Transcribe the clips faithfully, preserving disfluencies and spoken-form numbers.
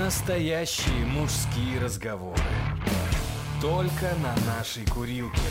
Настоящие мужские разговоры. Только на нашей курилке.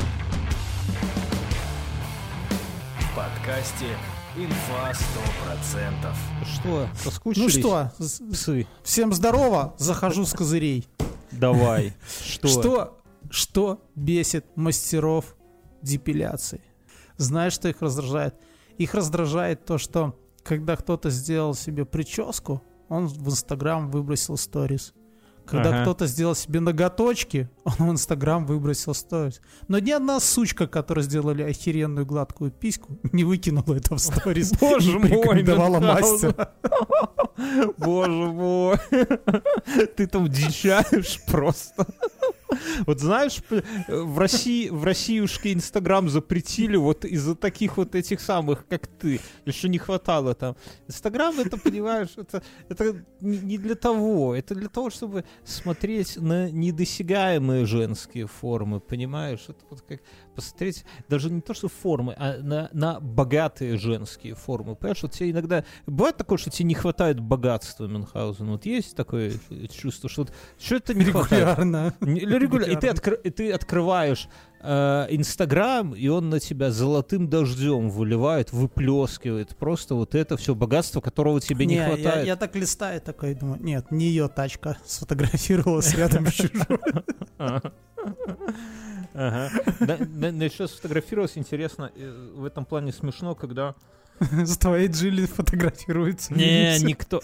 В подкасте «Инфа сто процентов». Что, соскучились? Ну что, псы? Всем здорово, захожу с козырей. Давай. Что? Что, что бесит мастеров депиляции? Знаешь, что их раздражает? Их раздражает то, что когда кто-то сделал себе прическу, он в Инстаграм выбросил сторис. Когда Ага. кто-то сделал себе ноготочки, он в Инстаграм выбросил сторис. Но ни одна сучка, которая сделали охеренную гладкую письку, не выкинула это в сторис. Боже и мой, порекомендовала Мюнхгаузен. мастера. Боже мой. Ты там дичаешь просто. Вот знаешь, в России, в Россиюшке Инстаграм запретили вот из-за таких вот этих самых, как ты. Еще не хватало там. Инстаграм, это, понимаешь, это, это не для того. Это для того, чтобы смотреть на недосягаемые женские формы, понимаешь? Это вот как посмотреть даже не то, что формы, а на, на богатые женские формы. Понимаешь, вот тебе иногда... Бывает такое, что тебе не хватает богатства, Мюнхгаузен? Вот есть такое чувство, что вот что это не хватает? Регулярно. Регулярно. И ты, откр... и ты открываешь Инстаграм, э, и он на тебя золотым дождем выливает, выплескивает. Просто вот это все богатство, которого тебе не, не хватает. Я, я так листаю, такой думаю, нет, не ее тачка сфотографировалась рядом с чужой. Ага. Еще сфотографировалась, интересно, в этом плане смешно, когда... С твоей Джилли фотографируется. Не, никто.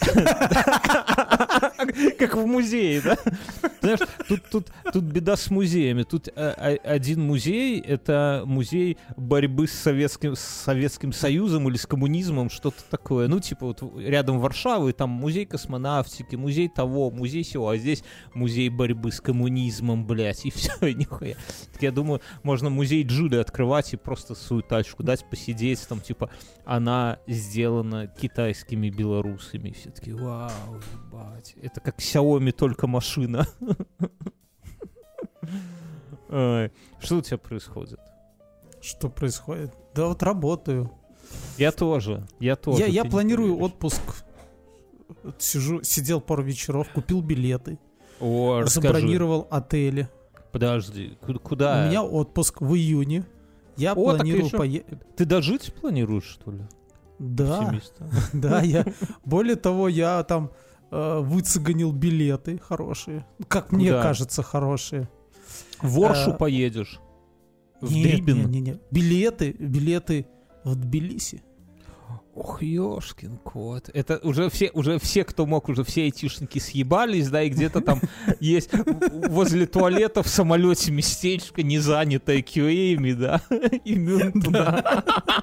Как в музее, да? Знаешь, тут, тут, тут беда с музеями. Тут а, один музей — это музей борьбы с Советским, с Советским Союзом или с коммунизмом, что-то такое. Ну, типа вот рядом Варшавы, там музей космонавтики, музей того, музей сего, а здесь музей борьбы с коммунизмом, блядь, и все, и нихуя. Так я думаю, можно музей Джилли открывать и просто свою тачку дать посидеть, там, типа, она сделана китайскими белорусами. Все таки вау, ебать. Это как Xiaomi, только машина. Ой, что у тебя происходит? Что происходит? Да вот работаю. Я тоже. Я тоже. Я, я Ты планирую не отпуск. Сижу, сидел пару вечеров, купил билеты. О, забронировал отели. Подожди, куда? У меня отпуск в июне. Я О, планирую поехать. Ты дожить планируешь, что ли? Да. Да, я. Более того, я там э, выцеганил билеты хорошие. Как Куда? мне кажется, хорошие. В Оршу а, поедешь? В нет, Дрибин? Нет, нет, нет. Билеты, билеты в Тбилиси. Ох, ёшкин кот. Это уже все, уже все, кто мог, уже все айтишники съебались, да, и где-то там есть возле туалета в самолете местечко, не занятое кью эй-ми, да, и Мюн туда.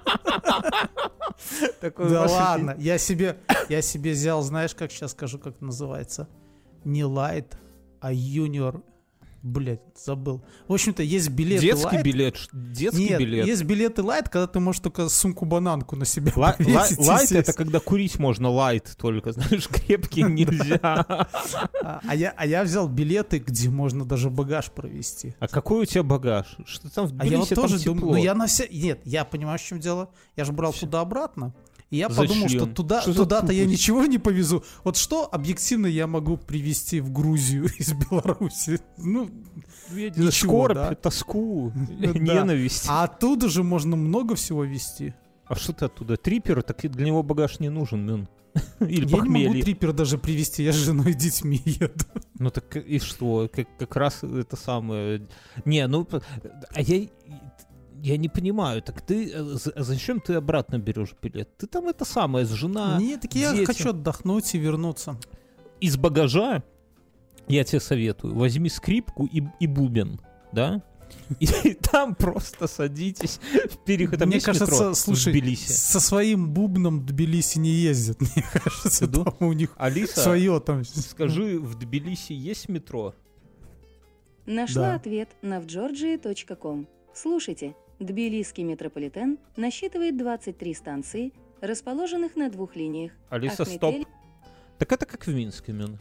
Да ладно, я себе, я себе взял, знаешь, как сейчас скажу, как это называется? Не Light, а Junior. Блять, забыл. В общем-то, есть билеты Детский Light. билет? Детский Нет, билет? есть билеты Light, когда ты можешь только сумку-бананку на себя Ла- повесить. ла- Лайт — это когда курить можно, лайт только, знаешь, крепкий нельзя. А, а, я, а я взял билеты, где можно даже багаж провести. А какой у тебя багаж? Что там в А я вот Тбилиси, там тоже тепло. думаю, ну я на все... Нет, я понимаю, в чем дело. Я же брал туда-обратно. И я Зачем? подумал, что туда, Что за туда-то я тупость? ничего не повезу. Вот что объективно я могу привезти в Грузию из Беларуси? Ну, ничего, Скорбь, да. тоску, Да. ненависть. А оттуда же можно много всего везти. А что ты оттуда? Трипер? Так и для него багаж не нужен, Мюн. Или Я не могу похмелье. трипер даже привезти, я с женой и детьми еду. Ну так и что? Как, как раз это самое... Не, ну... А я... Я не понимаю, так ты... А зачем ты обратно берешь билет? Ты там это самое, с жена, Нет, так я дети. хочу отдохнуть и вернуться. Из багажа я тебе советую, возьми скрипку и, и бубен, да? И там просто садитесь в переход. Там Мне есть кажется, метро слушай, в Тбилиси? со своим бубном в Тбилиси не ездят. Мне кажется, Да? там у них Алиса, свое там. скажи, в Тбилиси есть метро? Нашла Да. ответ на в джорджии точка ком. Слушайте, Тбилисский метрополитен насчитывает двадцать три станции, расположенных на двух линиях. Алиса, Ахметель- стоп. Так это как в Минске, Мюн.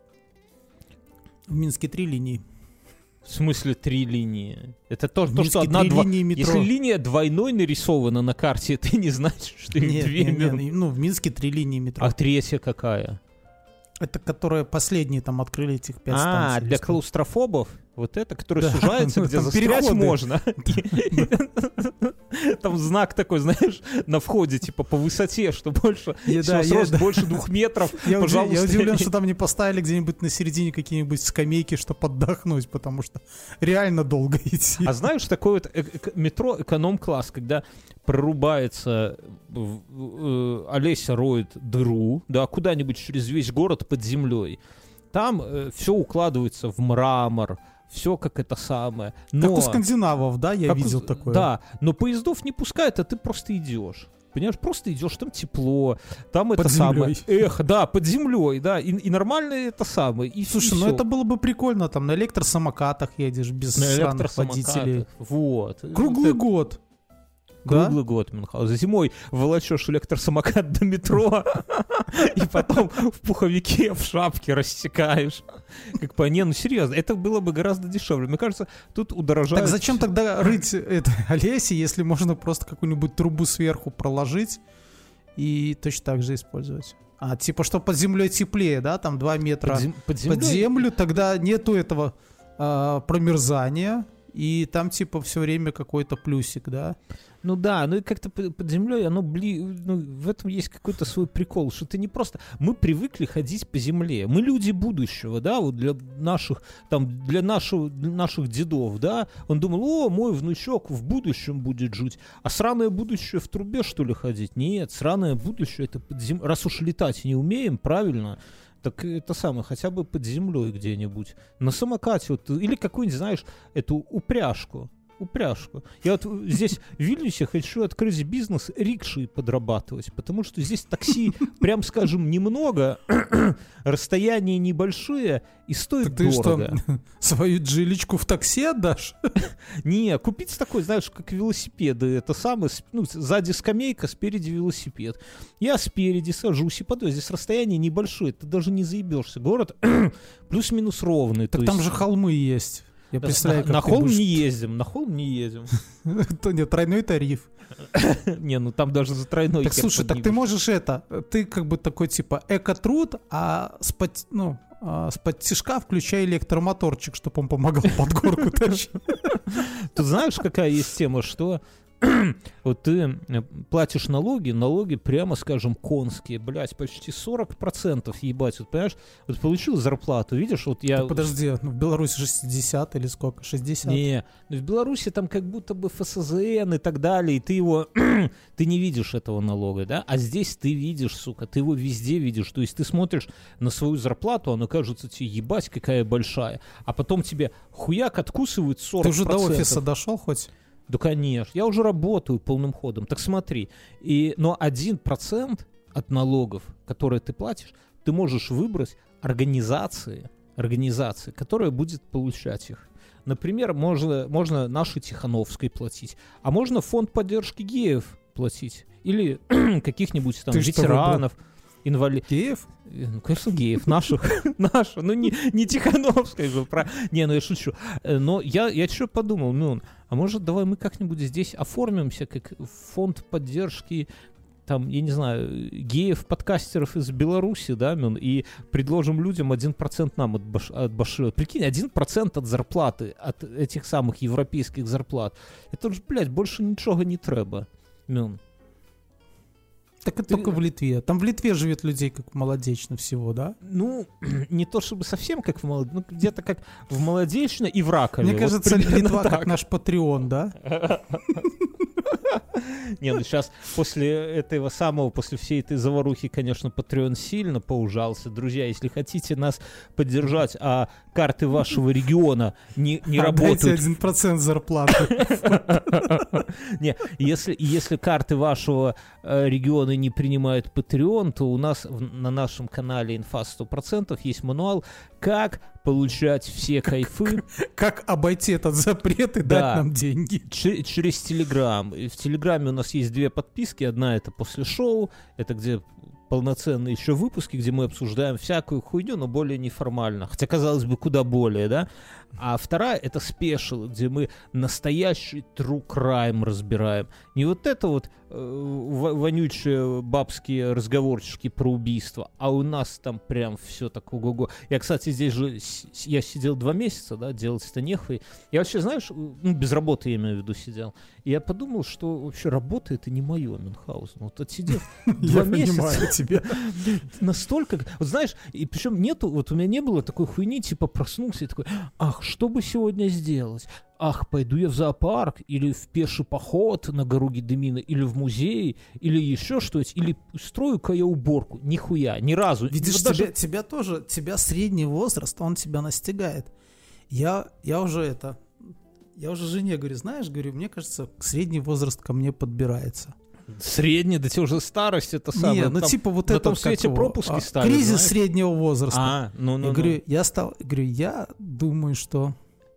В Минске три линии. В смысле три линии? Это то, В то Минске что одна три два... линии метро. Если линия двойной нарисована на карте, это не значит, что их Нет, две. нет, Мюн. нет, ну в Минске три линии метро. А третья какая? Это которые последние там открыли этих пять А, станций. для бесплатно. клаустрофобов? Вот это, который Да, сужается, ну, где там застрять переходы. можно. Там знак такой, знаешь, на входе, типа, по высоте, что больше, Я- если у да, вас я- рост да. больше двух метров, Я, уди- пожалуйста. я удивлен, что там не поставили где-нибудь на середине какие-нибудь скамейки, чтобы отдохнуть, потому что реально долго идти. А знаешь, такой вот э- э- метро эконом-класс, когда прорубается, в- э, Олеся роет дыру, да, куда-нибудь через весь город под землей. Там все укладывается в мрамор, все как это самое. Но, Как у скандинавов, да, я как у- видел такое. Да, но поездов не пускают, а ты просто идешь. Понимаешь, просто идешь, там тепло, там это Под самое. землей. Эх, да, под землей, да, и, и нормально это самое. И, Слушай, и ну всё. это было бы прикольно, там на электросамокатах едешь без На странных электросамокатах. водителей. Вот. Круглый Это- год. Круглый год, Мюнхгаузен. Зимой волочешь электросамокат до метро, и потом в пуховике, в шапке рассекаешь. Как по не, ну серьезно, это было бы гораздо дешевле. Мне кажется, тут удорожают... Так зачем тогда рыть это Олеси, если можно просто какую-нибудь трубу сверху проложить и точно так же использовать? А типа, что под землей теплее, да, там два метра Под, зем- под землей? под землю, тогда нету этого а, промерзания, и там типа все время какой-то плюсик, да? Ну да, ну и как-то под, под землей оно бли... ну, в этом есть какой-то свой прикол, что ты не просто... Мы привыкли ходить по земле, мы люди будущего, да, вот для наших, там, для нашего, для наших дедов, да, он думал, о, мой внучок в будущем будет жить, а сраное будущее в трубе, что ли, ходить? Нет, сраное будущее это под землей, раз уж летать не умеем, правильно, так это самое, хотя бы под землей где-нибудь, на самокате, вот, или какую-нибудь, знаешь, эту упряжку, упряжку. Я вот здесь в Вильнюсе хочу открыть бизнес рикшей подрабатывать, потому что здесь такси, прям скажем, немного, расстояния небольшие и стоит Так ты дорого. что, свою джилечку в такси отдашь? Не, купить такой, знаешь, как велосипеды, это самое, с- ну, сзади скамейка, спереди велосипед. Я спереди сажусь и подаю, здесь расстояние небольшое, ты даже не заебешься. Город плюс-минус ровный. Так то там есть- же холмы есть. Я Да, представляю, на, как на ты холм будешь- не ездим, на холм не ездим. То нет, тройной тариф. Не, ну там даже за тройной Так хер слушай, так ты поднимешь. можешь это, ты как бы такой типа эко-труд, а с под, ну, а с подтяжка включай электромоторчик, чтобы он помогал под горку тащить. Ты знаешь, какая есть тема, что вот ты э, платишь налоги, налоги, прямо скажем, конские, блядь, почти сорок процентов, ебать, вот понимаешь, вот получил зарплату, видишь, вот я... Так подожди, ну в Беларуси шестьдесят или сколько? шестьдесят? Не, ну в Беларуси там как будто бы эф эс зэ эн и так далее, и ты его, ты не видишь этого налога, да, а здесь ты видишь, сука, ты его везде видишь, то есть ты смотришь на свою зарплату, она кажется тебе, ебать, какая большая, а потом тебе хуяк откусывают сорок Ты процентов. уже до офиса дошел хоть? Да, конечно. Я уже работаю полным ходом. Так смотри. И, но один процент от налогов, которые ты платишь, ты можешь выбрать организации, организации, которая будет получать их. Например, можно, можно нашей Тихановской платить, а можно фонд поддержки геев платить. Или каких-нибудь там Ты что ветеранов, инвалидов. Киев? Ну, конечно, геев, наших, наших, ну не, не Тихановская же, про... не, ну я шучу. Э, Но я, я что подумал, ну, а может давай мы как-нибудь здесь оформимся как фонд поддержки, там, я не знаю, геев-подкастеров из Беларуси, да, Мюн, и предложим людям один процент нам от, баш... от баши. Прикинь, один процент от зарплаты, от этих самых европейских зарплат. Это же, блядь, больше ничего не треба, Мюн. Так это Ты- только в Литве. Там в Литве живет людей как молодечно всего, да? Ну, не то чтобы совсем как в молод... ну, где-то как в Молодечно и в Ракове. Мне Вот кажется, примерно Литва так. как наш Патреон, да? Не, ну сейчас после этого самого, после всей этой заварухи, конечно, Patreon сильно поужался. Друзья, если хотите нас поддержать, а карты вашего региона не, не Отдайте работают... один процент зарплаты. Не, если, если карты вашего э, региона не принимают Patreon, то у нас в- на нашем канале Инфа сто процентов есть мануал, как получать все кайфы Как обойти этот запрет и Да. дать нам деньги? Чер- через Телеграм. И в Телеграме у нас есть две подписки. Одна это после шоу, это где полноценные еще выпуски, где мы обсуждаем всякую хуйню, но более неформально. Хотя, казалось бы, куда более, да? А вторая — это спешл, где мы настоящий true crime разбираем. Не вот это вот э, вонючие бабские разговорчики про убийство, а у нас там прям все так ого-го. Я, кстати, здесь же с- я сидел два месяца, да, делать-то нехуй. Я вообще, знаешь, ну, без работы, я имею в виду, сидел. И я подумал, что вообще работа — это не мое, Мюнхгаузен. Вот отсидев два Я понимаю месяца, тебя. настолько... Вот знаешь, и причем нету, вот у меня не было такой хуйни, типа проснулся и такой, ах, что бы сегодня сделать? Ах, пойду я в зоопарк, или в пеший поход на гору Гедемина, или в музей, или еще что-то, или устрою-ка я уборку. Нихуя, ни разу. Видишь, Вот даже- тебя, тебя тоже, тебя средний возраст, он тебя настигает. Я, я уже это, я уже жене говорю, знаешь, говорю, мне кажется, средний возраст ко мне подбирается. Средний, да тебе уже старость, это самое. Не, ну там типа вот на это том как свете его, пропуски а, ставят, кризис знаешь. среднего возраста. А, ну, ну, я ну. говорю, я стал, говорю, я думаю, что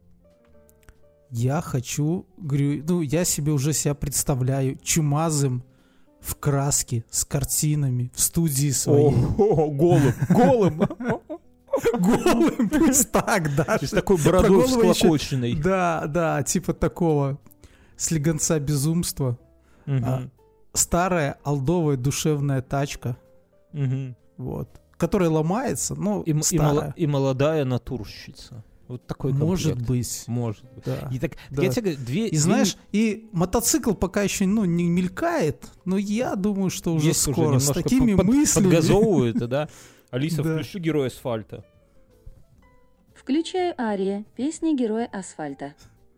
я хочу, говорю, ну я себе уже себя представляю чумазым в краске с картинами в студии своей. О, голым, голым. Голым, пусть так, да. То есть такой бородой Про голову еще- всклокоченной. Да, да, типа такого слегонца безумства. Мгм, А, старая алдовая душевная тачка, мгм. вот, которая ломается, но И, м- и старая. мало- и молодая натурщица. Вот такой Может комплект. быть. Может быть. Да. И так, Да. я тебе говорю, две... И знаешь, и мотоцикл пока еще ну, не мелькает, но я думаю, что уже есть уже скоро с немножко такими под- мыслями. подгазовывают, да? Алиса, Да. включи «Герой асфальта». Включаю ария, песни героя асфальта.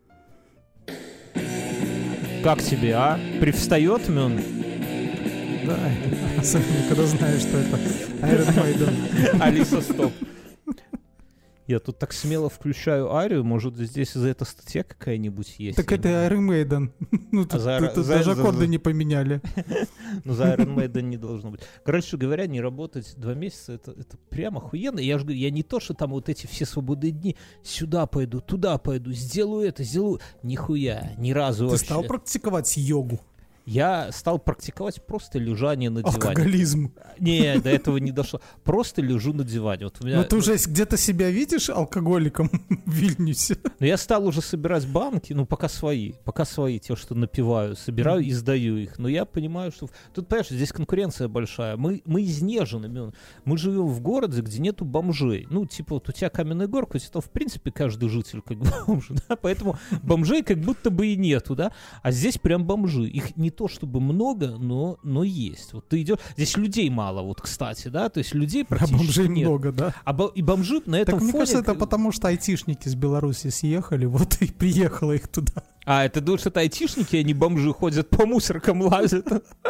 Как тебе, а? Привстает Мюн? Да, особенно когда знаешь, что это Iron Maiden. Алиса, стоп. Я тут так смело включаю арию, может, здесь за это статья какая-нибудь есть? Так это Iron Maiden. Ну, тут, за- тут за- даже за- аккорды за- не поменяли. Ну, за Iron Maiden не должно быть. Короче говоря, не работать два месяца, это, это прям охуенно. Я же говорю, я не то, что там вот эти все свободные дни, сюда пойду, туда пойду, сделаю это, сделаю... Нихуя, ни разу Ты вообще. стал практиковать йогу? Я стал практиковать просто лежание на диване. Алкоголизм. Не, до этого не дошло. Просто лежу на диване. Вот у меня, Но ты ну, уже где-то себя видишь алкоголиком в Вильнюсе? ну, я стал уже собирать банки, ну, пока свои. Пока свои, те, что напиваю. Собираю и сдаю их. Но я понимаю, что... Тут, понимаешь, здесь конкуренция большая. Мы, мы изнежены, Мюн. Мы живем в городе, где нету бомжей. Ну, типа, вот у тебя каменная горка, у тебя там, в принципе, каждый житель как бы бомж, да? Поэтому бомжей как будто бы и нету, да? А здесь прям бомжи. Их не то чтобы много, но, но есть. Вот ты идешь... Здесь людей мало, вот, кстати, да? То есть людей А практически бомжей нет. много, да? А бо- и бомжи на этом Так мне фоне... кажется, это потому что айтишники с Беларуси съехали, вот и приехало их туда. А, это думаешь, это айтишники, они бомжи ходят по мусоркам лазят?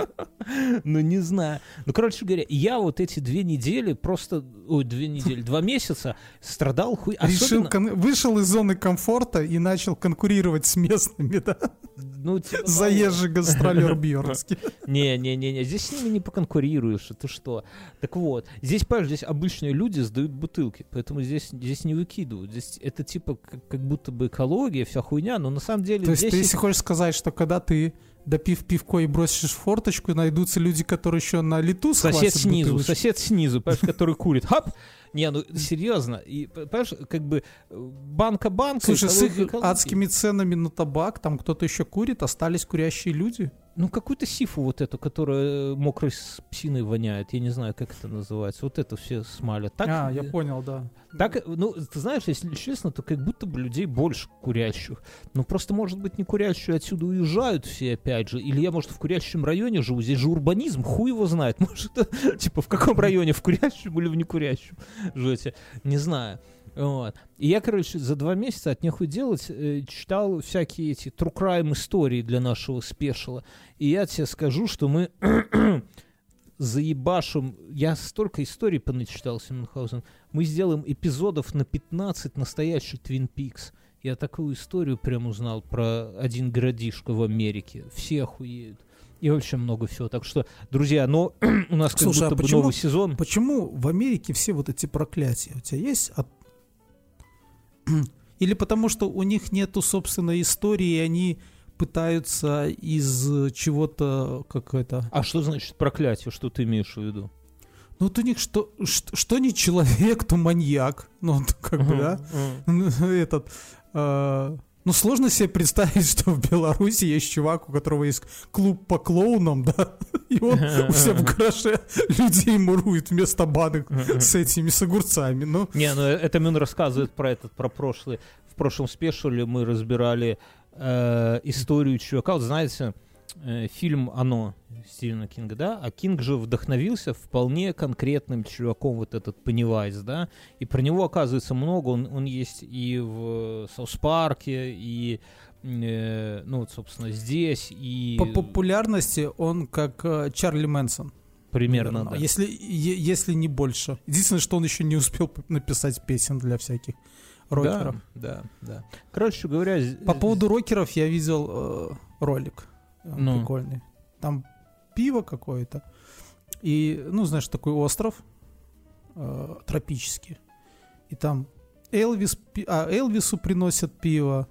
Ну, не знаю. Ну, короче говоря, я вот эти две недели просто... Ой, две недели, два месяца страдал хуй... Решил, Особенно... кон- вышел из зоны комфорта и начал конкурировать с местными, да? Ну, типа, Заезжий гастролер Бьернский. Не-не-не, здесь с ними не поконкурируешь, ты что? Так вот, здесь, понимаешь, здесь обычные люди сдают бутылки, поэтому здесь, здесь не выкидывают. Здесь это типа как, как будто бы экология, вся хуйня, но на самом деле То есть здесь... ты есть- если хочешь сказать, что когда ты допив пивко и бросишь в форточку, найдутся люди, которые еще на лету Сосед схватят снизу, бутылочку? сосед снизу, понимаешь, который курит. Хап! Не, ну серьезно. И, понимаешь, как бы банка банка. Слушай, с их экология экологии. адскими ценами на табак, там кто-то еще курит, остались курящие люди. Ну, какую-то сифу вот эту, которая мокрой с псиной воняет. Я не знаю, как это называется. Вот это все смалят. Так, а, я э, понял, да. Так, ну, ты знаешь, если честно, то как будто бы людей больше курящих. Ну, просто, может быть, не курящие отсюда уезжают все, опять же. Или я, может, в курящем районе живу. Здесь же урбанизм, хуй его знает. Может, типа, в каком районе, в курящем или в некурящем живете. Не знаю. Вот. И я, короче, за два месяца от нехуй делать э, читал всякие эти true crime истории для нашего спешала. И я тебе скажу, что мы заебашим... Я столько историй поначитался, Мюнхгаузен. Мы сделаем эпизодов на пятнадцать настоящий Twin Peaks. Я такую историю прям узнал про один городишко в Америке. Все охуеют. И вообще много всего. Так что, друзья, но у нас как Слушай, будто а бы почему- новый сезон. Почему в Америке все вот эти проклятия? У тебя есть? от- Или потому что у них нету собственной истории, и они пытаются из чего-то, как это... А что значит проклятие? Что ты имеешь в виду? Ну, вот у них что, что, что не человек, то маньяк. Ну, вот как бы, да? Ну, Этот... э, Ну, сложно себе представить, что в Беларуси есть чувак, у которого есть клуб по клоунам, да? И он у себя в гараже людей мурует вместо банок с этими, с огурцами. Ну, Не, ну это Мюн рассказывает про этот, про прошлый. В прошлом спешале мы разбирали э, историю чувака. Вот знаете, э, фильм «Оно» Стивена Кинга, да? А Кинг же вдохновился вполне конкретным чуваком, вот этот Пеннивайз, да? И про него, оказывается, много. Он, он есть и в Саус Парке, и, э, ну, вот, собственно, здесь, и... по популярности он как э, Чарли Мэнсон. Примерно, наверное, да. Если, е- если не больше. Единственное, что он еще не успел п- написать песен для всяких рокеров. Да, да, да. Короче говоря... з- По поводу рокеров я видел э, ролик э, Ну. прикольный. Там пиво какое-то. И, ну, знаешь, такой остров э, тропический. И там Элвис, пи- а, Элвису приносят пиво,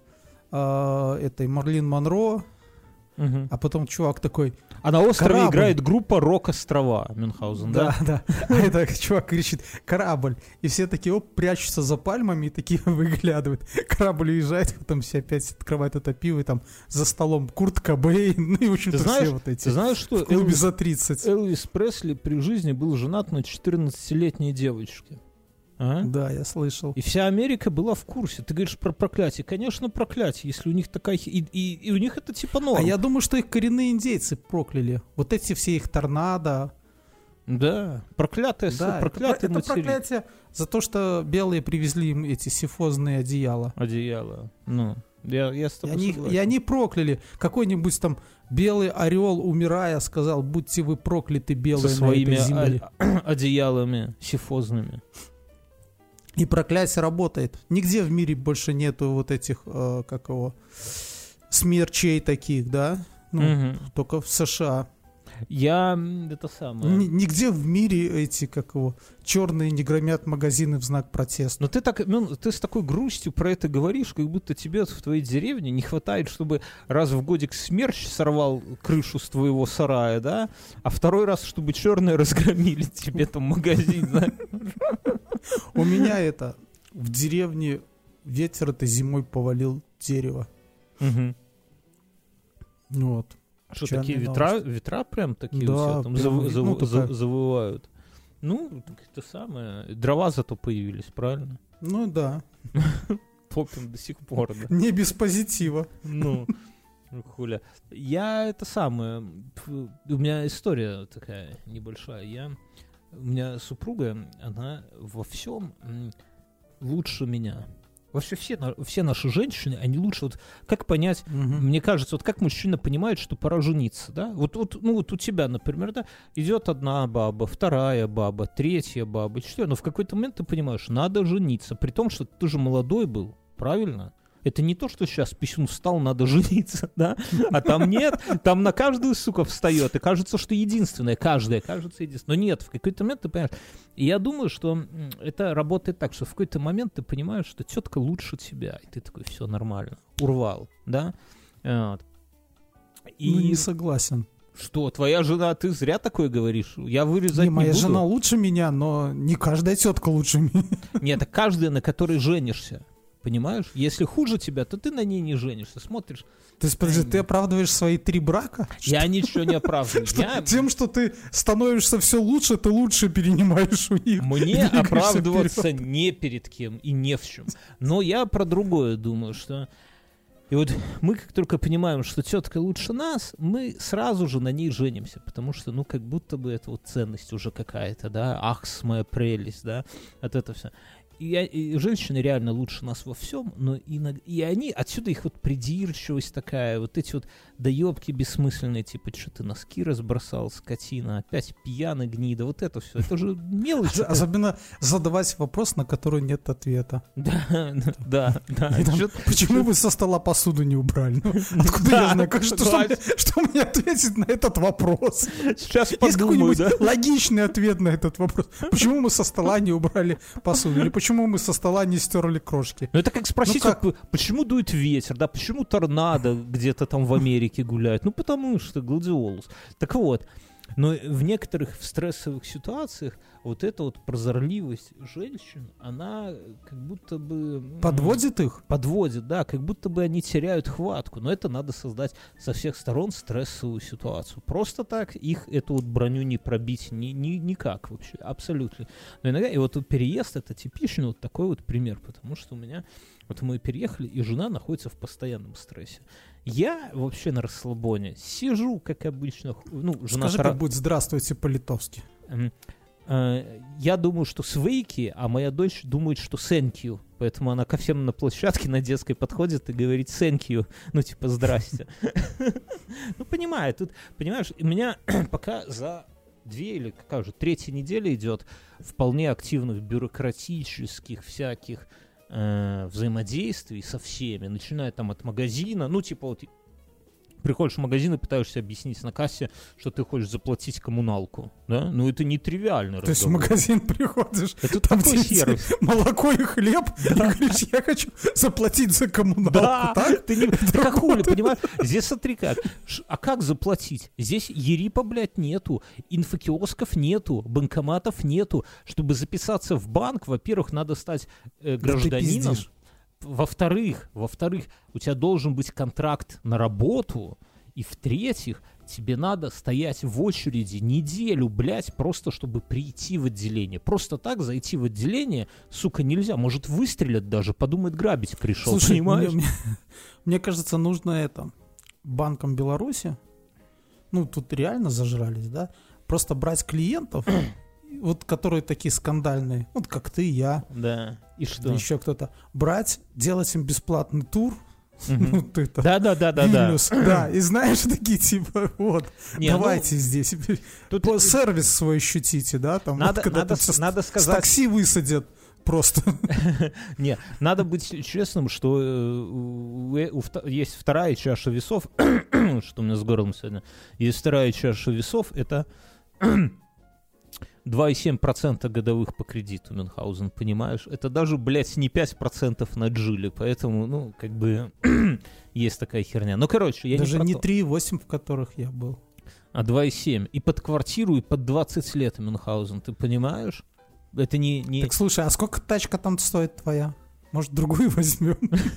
э, этой Марлин Монро, Мгм. а потом чувак такой... А на острове Корабль. играет группа «Рок-острова» Мюнхгаузен, да? Да, да. А это чувак кричит «корабль». И все такие, оп, прячутся за пальмами и такие выглядывают. Корабль уезжает, потом все опять открывают это пиво, и там за столом Курт Кобейн, ну и, в общем-то, Ты знаешь, все вот эти Ты знаешь, что в клубе Элвис, за тридцать. Элвис Пресли при жизни был женат на четырнадцатилетней девочке? А? Да, я слышал. И вся Америка была в курсе. Ты говоришь про проклятие. Конечно, проклятие, если у них такая... хи- И, и, и у них это типа норм. А я думаю, что их коренные индейцы прокляли. Вот эти все их торнадо. Да, проклятое, с- Да, это, проклятый про- это материк. проклятие за то, что белые привезли им эти сифозные одеяла. Одеяло. Ну, я, я с И тобой они, согласен. и они прокляли. Какой-нибудь там белый орел, умирая, сказал, будьте вы прокляты, белые, Со своими на этой земле. о- одеялами сифозными. И проклятие работает. Нигде в мире больше нету вот этих, э, как его, смерчей таких, да? Ну, Мгм. только в США. Я м, это самое... Н- Нигде в мире эти, как его, черные не громят магазины в знак протеста. Но ты так, Мюн, ты с такой грустью про это говоришь, как будто тебе в твоей деревне не хватает, чтобы раз в годик смерч сорвал крышу с твоего сарая, да? А второй раз, чтобы черные разгромили тебе там магазин, да? У меня это, в деревне ветер этой зимой повалил дерево. Мгм. Вот. Что, Печальная такие ветра, ветра прям такие Да, у тебя там прям, зав- зав- ну, за- такая- завывают? Ну, так это самое. Дрова зато появились, правильно? Ну да. Топим до сих пор, да. Не без позитива. Ну, ну, хуля. Я это самое... п- У меня история такая небольшая. Я... У меня супруга, она во всем м, лучше меня. Вообще все, на- все наши женщины, они лучше... Вот как понять... Мгм. Мне кажется, вот как мужчина понимает, что пора жениться, да? Вот, вот, ну вот у тебя, например, да, идет одна баба, вторая баба, третья баба, четвертая, но в какой-то момент ты понимаешь, надо жениться, при том, что ты же молодой был, правильно? Это не то, что сейчас писюн встал, надо жениться, да? А там нет, там на каждую, сука, встает, и кажется, что единственное, каждая кажется единственное. Но нет, в какой-то момент ты понимаешь. И я думаю, что м, это работает так, что в какой-то момент ты понимаешь, что тетка лучше тебя, и ты такой, все нормально, урвал, да? Вот. И Ну, не согласен. что, твоя жена, ты зря такое говоришь? Я вырезать Не, не, моя буду. жена лучше меня, но не каждая тетка лучше меня. Нет, это каждая, на которой женишься. Понимаешь? Если хуже тебя, то ты на ней не женишься. Смотришь. То есть, подожди, ты оправдываешь свои три брака? Я ничего не оправдываю. Что Я- тем, что ты становишься все лучше, ты лучше перенимаешь у них. Мне Двигаешься оправдываться вперед. не перед кем и не в чем. Но я про другое думаю, что... И вот мы как только понимаем, что тетка лучше нас, мы сразу же на ней женимся, потому что, ну, как будто бы это вот ценность уже какая-то, да, ахс, моя прелесть, да, от этого все. И, я- и женщины реально лучше нас во всем, но и, на- и они, отсюда их вот придирчивость такая, вот эти вот доебки бессмысленные, типа, что ты носки разбросал, скотина, опять пьяный, гнида, вот это все, это же мелочь. Особенно задавать вопрос, на который нет ответа. Да, да, да. И там, Чё- почему вы со стола посуду не убрали? Ну, откуда Да, я знаю? Как, что, что, да. мне, что мне ответить на этот вопрос? Сейчас Есть подумаю, какой-нибудь да? логичный ответ на этот вопрос? Почему мы со стола не убрали посуду? Или почему мы со стола не стерли крошки? Ну это как спросить, Ну как? вот, почему дует ветер, да, почему торнадо где-то там в Америке гуляет? Ну потому что гладиолус. Так вот, Но в некоторых в стрессовых ситуациях вот эта вот прозорливость женщин, она как будто бы... Подводит их? Подводит, да, как будто бы они теряют хватку. Но это надо создать со всех сторон стрессовую ситуацию. Просто так их эту вот броню не пробить ни, ни, никак вообще, абсолютно. Но иногда, и вот переезд — это типичный вот такой вот пример, потому что у меня... Вот мы переехали, и жена находится в постоянном стрессе. Я вообще на расслабоне сижу, как обычно. Ну, жена Скажи, хра... как будет «здравствуйте» по-литовски. Я думаю, что свейки, а моя дочь думает, что thank you. Поэтому она ко всем на площадке на детской подходит и говорит thank you. Ну, типа, здрасте. Ну, понимаю, тут, понимаешь, у меня пока за две или какая уже третья неделя идет вполне активных бюрократических всяких взаимодействий со всеми, начиная там от магазина, ну, типа, вот приходишь в магазин и пытаешься объяснить на кассе, что ты хочешь заплатить коммуналку, да? Ну, это не тривиальный разговор. То есть в магазин приходишь, это там такой тебе сервис. Молоко и хлеб, да. И говоришь, я хочу заплатить за коммуналку, да, так? Ты не... Как хули, понимаешь? Здесь смотри как. Ш... А как заплатить? Здесь Ерипа, блядь, нету, инфокиосков нету, банкоматов нету. Чтобы записаться в банк, во-первых, надо стать э, гражданином. Во-вторых, во-вторых, у тебя должен быть контракт на работу. И в-третьих, тебе надо стоять в очереди неделю, блядь, просто чтобы прийти в отделение. Просто так зайти в отделение, сука, нельзя. Может, выстрелят даже, подумает, грабить пришел. Слушай, понимаешь? Мне, мне, мне кажется, нужно это банкам Беларуси, ну, тут реально зажрались, да, просто брать клиентов, вот которые такие скандальные, вот как ты, я. Да. И что? Еще кто-то. Брать, делать им бесплатный тур. Ну, ты там. Да, да, да, да, да. Да, и знаешь, такие типа, вот, Не, давайте ну, здесь. Тут По сервис свой ощутите, да, там. Надо, вот, когда надо, там надо с, сказать. С такси высадят просто. Не, надо быть честным, что э, у, у, есть вторая чаша весов, что у меня с горлом сегодня. Есть вторая чаша весов, это два и семь десятых процента годовых по кредиту, Мюнхгаузен, понимаешь? Это даже, блядь, не пять процентов на джиле, поэтому, ну, как бы, есть такая херня. Ну, короче, я даже не не про три и восемь, в которых я был. А два и семь. И под квартиру, и под двадцать лет, Мюнхгаузен, ты понимаешь? Это не... не... Так, слушай, а сколько тачка там стоит твоя? Может, другую возьмем?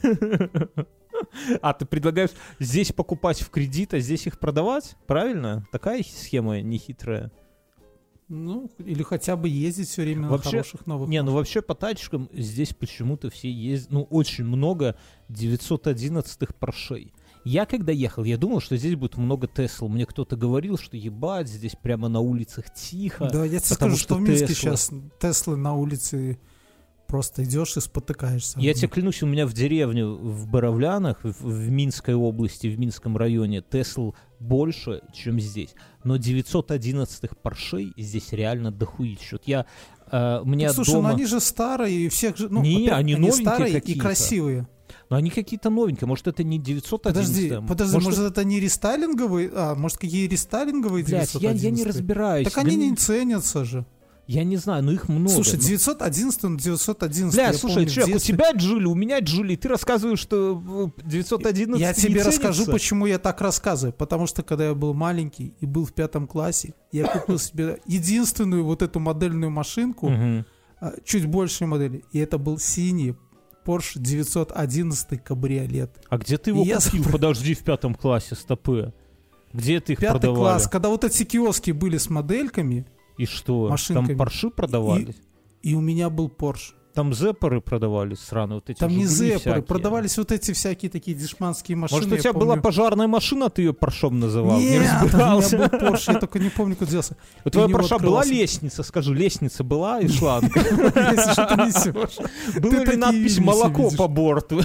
А, ты предлагаешь здесь покупать в кредит, а здесь их продавать? Правильно? Такая схема нехитрая. Ну, или хотя бы ездить все время вообще, на хороших новых. Не, ну вообще по тачкам здесь почему-то все ездят, ну очень много девятьсот одиннадцатых Поршей. Я когда ехал, я думал, что здесь будет много Тесл. Мне кто-то говорил, что ебать, здесь прямо на улицах тихо. Да, я тебе скажу, что, что в Минске сейчас Теслы на улице просто идешь и спотыкаешься. Я тебе клянусь, у меня в деревне, в Боровлянах, в, в Минской области, в Минском районе Тесл больше, чем здесь. Но девятьсот одиннадцатых Поршей здесь реально дохуищут. Я, э, у меня так, слушай, дома... ну они же старые, и всех же... Ну, не, они, они старые какие-то. И красивые. Но они какие-то новенькие. Может, это не девятьсот одиннадцатые? Подожди, подожди, может, может это не рестайлинговые? А, может, какие рестайлинговые девятьсот одиннадцатые? Блядь, я, я не разбираюсь. Так они не ценятся же. Я не знаю, но их много. Слушай, девятьсот одиннадцатый на девятьсот одиннадцатый. Бля, слушай, помню, человек, у тебя Джили, у меня Джили. Ты рассказываешь, что девятьсот одиннадцатый Я тебе не расскажу, ценится. почему я так рассказываю. Потому что, когда я был маленький и был в пятом классе, я купил себе единственную вот эту модельную машинку, чуть большей модели. И это был синий Porsche девятьсот одиннадцатый кабриолет. А где ты его и купил? Я... Подожди, в пятом классе, стопы. Где ты их Пятый продавали? класс, когда вот эти киоски были с модельками. И что? Машинками. Там Порши продавались? И, и у меня был Porsche. Там зеппоры продавались сраные, вот эти Там не зеппоры, всякие. Продавались вот эти всякие такие дешманские машины. Может, у тебя помню... была пожарная машина, ты ее Поршом называл? Нет, не разбирался. у меня был Porsche, я только не помню, куда делся. У твоего Порша была лестница, скажи, лестница была и шланг? Если что ты несешь. Была ли надпись «молоко по борту»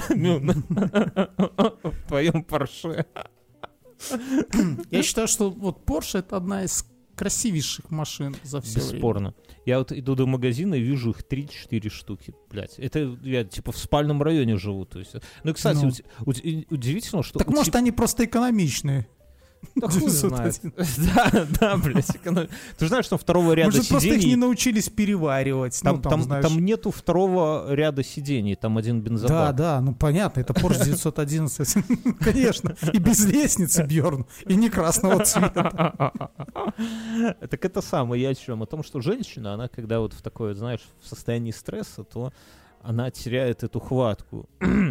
в твоем Порше? Я считаю, что вот Porsche — это одна из красивейших машин за все время. Бесспорно. Я вот иду до магазина и вижу их три-четыре штуки, блядь. Это я типа в спальном районе живу, то есть. Ну, кстати, ну. Уд- уд- удивительно, что... Так может, тебя... они просто экономичные. Да хуй знает. Да, да, блядь. Ты же знаешь, что второго ряда сидений... Мы же просто их не сидений... научились переваривать. Там, ну, там, там, знаешь... там нету второго ряда сидений, там один бензобак. Да, да, ну понятно, это Porsche девятьсот одиннадцать. Конечно, и без лестницы, Бьерн, и не красного цвета. Так это самое, я о чем? О том, что женщина, она когда вот в такое, знаешь, в состоянии стресса, то она теряет эту хватку.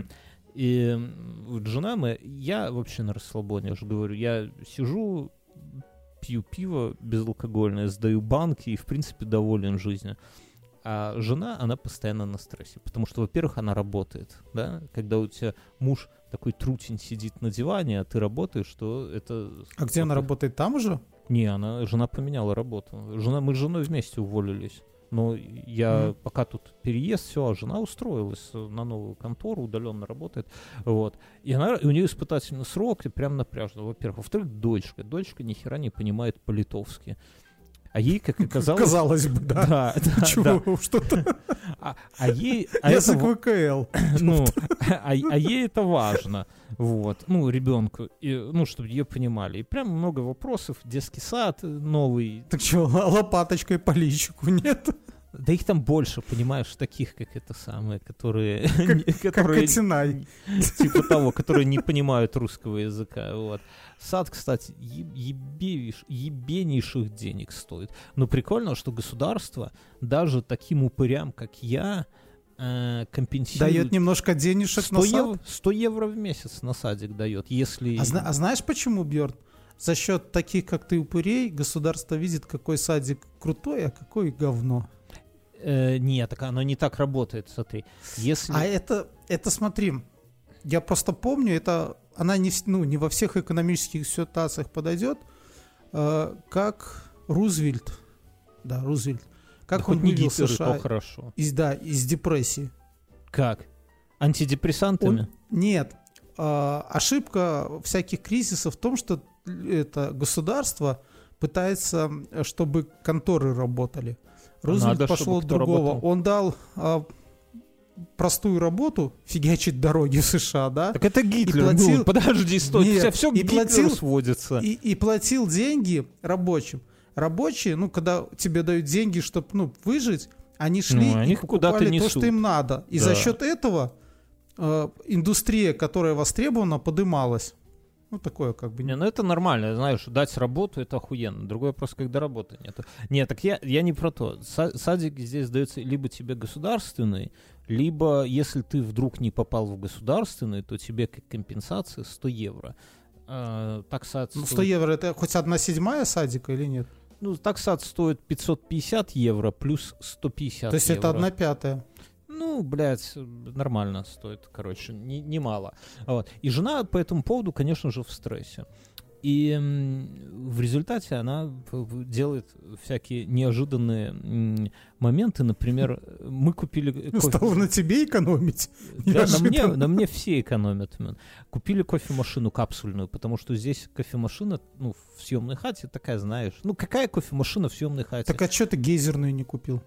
И вот жена моя, я вообще на расслабоне, я же говорю, я сижу, пью пиво безалкогольное, сдаю банки и, в принципе, доволен жизнью. А жена, она постоянно на стрессе, потому что, во-первых, она работает, да, когда у тебя муж такой трутень сидит на диване, а ты работаешь, то это... А где она работает, там уже? Не, она, жена поменяла работу. Жена, мы с женой вместе уволились. Но я mm. пока тут переезд, все, а жена устроилась на новую контору, удаленно работает. Вот. И, она, и у нее испытательный срок, и прям напряжно, во-первых. Во-вторых, дочка. Дочка ни хера не понимает по-литовски. А ей, как оказалось... Казалось бы, да. Да, да, Чего, да. что-то... А, а ей... А Язык это, ВКЛ. ну, а, а ей это важно. Вот. Ну, ребенку. И, ну, чтобы ее понимали. И прям много вопросов. Детский сад новый. Так что, лопаточкой по личику нет? Да их там больше, понимаешь, таких, как это самое, которые... Как, как Катинай. Типа того, которые не понимают русского языка. Вот. Сад, кстати, ебевиш, ебенейших денег стоит. Но прикольно, что государство даже таким упырям, как я, э, компенсирует... Дает немножко денежек сто на сад? Евро, сто евро в месяц на садик дает, если... А, зна- а знаешь почему, Бьерн? За счет таких, как ты, упырей, государство видит, какой садик крутой, а какой говно. Э, нет, так оно не так работает, смотри. Если... А это, это, смотри, я просто помню, это она не, ну, не во всех экономических ситуациях подойдет, э, как Рузвельт, да, Рузвельт, как да он вывел Гитлер, США хорошо. Из, да, из депрессии. Как? Антидепрессантами? Он, нет. Э, ошибка всяких кризисов в том, что это государство пытается, чтобы конторы работали. Рузвельт Надо, пошел от другого. Работал. Он дал а, простую работу, фигачить дороги в США, да? Так это Гитлер. платил... Ну, подожди, стой, Нет, у тебя все к и Гитлеру платил... сводится. И, и платил деньги рабочим. Рабочие, ну, когда тебе дают деньги, чтобы ну, выжить, они шли ну, и покупали то, что им надо. И да. за счет этого э, индустрия, которая востребована, подымалась. Ну, такое как бы... Не, ну это нормально, знаешь, дать работу — это охуенно. Другой вопрос, когда работы нет. Нет, так я, я не про то. Садик здесь дается либо тебе государственный, либо, если ты вдруг не попал в государственный, то тебе как компенсация сто евро. А, так сад ну, стоит... сто евро — это хоть одна седьмая садика или нет? Ну, так сад стоит пятьсот пятьдесят евро плюс сто пятьдесят То есть евро. это одна пятая? Ну, блядь, нормально стоит, короче, не, немало. Вот. И жена по этому поводу, конечно же, в стрессе. И м, в результате она делает всякие неожиданные м, моменты. Например, мы купили... Кофе... Стало на тебе экономить. Да, на мне, на мне все экономят. Man. Купили кофемашину капсульную, потому что здесь кофемашина, ну, в съемной хате такая, знаешь. Ну, какая кофемашина в съемной хате? Так а что ты гейзерную не купил?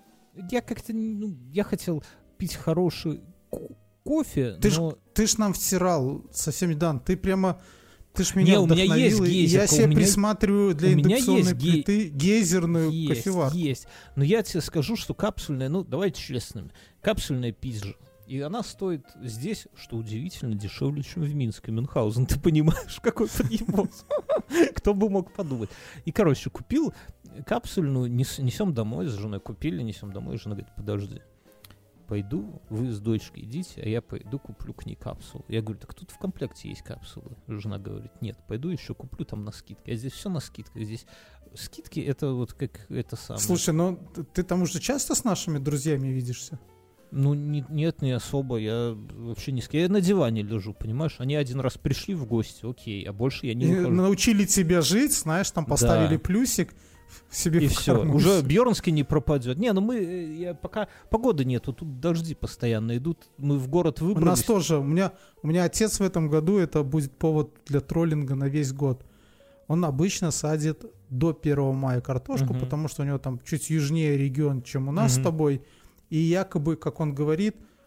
Я как-то, ну, я хотел пить хороший ко- кофе, ты но... Ж, ты ж нам втирал совсем недавно, ты прямо, ты ж меня Не, у меня вдохновил, есть и гейзерка, я себе у меня- присматриваю для у меня индукционной есть гей- плиты гейзерную Есть, кофеварку. есть. Но я тебе скажу, что капсульная, ну, давайте честными, капсульная пизжа. И она стоит здесь, что удивительно, дешевле, чем в Минске, Мюнхгаузен. Ты понимаешь, какой подъебос? Кто бы мог подумать. И, короче, купил капсульную, нес, несем домой, с женой купили, несем домой. Жена говорит, подожди, пойду, вы с дочкой идите, а я пойду куплю к ней капсулу. Я говорю, так тут в комплекте есть капсулы. Жена говорит, нет, пойду еще куплю там на скидке. А здесь все на скидках. Здесь скидки, это вот как это самое. Слушай, ну ты, ты там уже часто с нашими друзьями видишься? Ну, не, нет, не особо. Я вообще не... Я на диване лежу, понимаешь? Они один раз пришли в гости, окей, а больше я не И ухожу. научили тебя жить, знаешь, там поставили Да. плюсик себе И в все, карман. уже Бьернский не пропадет. Не, ну мы, я, пока погоды нету, тут дожди постоянно идут, мы в город У выбрались. нас тоже, у меня, у меня отец в этом году, это будет повод для троллинга на весь год. Он обычно садит до первого мая картошку, Мгм. потому что у него там чуть южнее регион, чем у нас Мгм. с тобой. И якобы, как он говорит,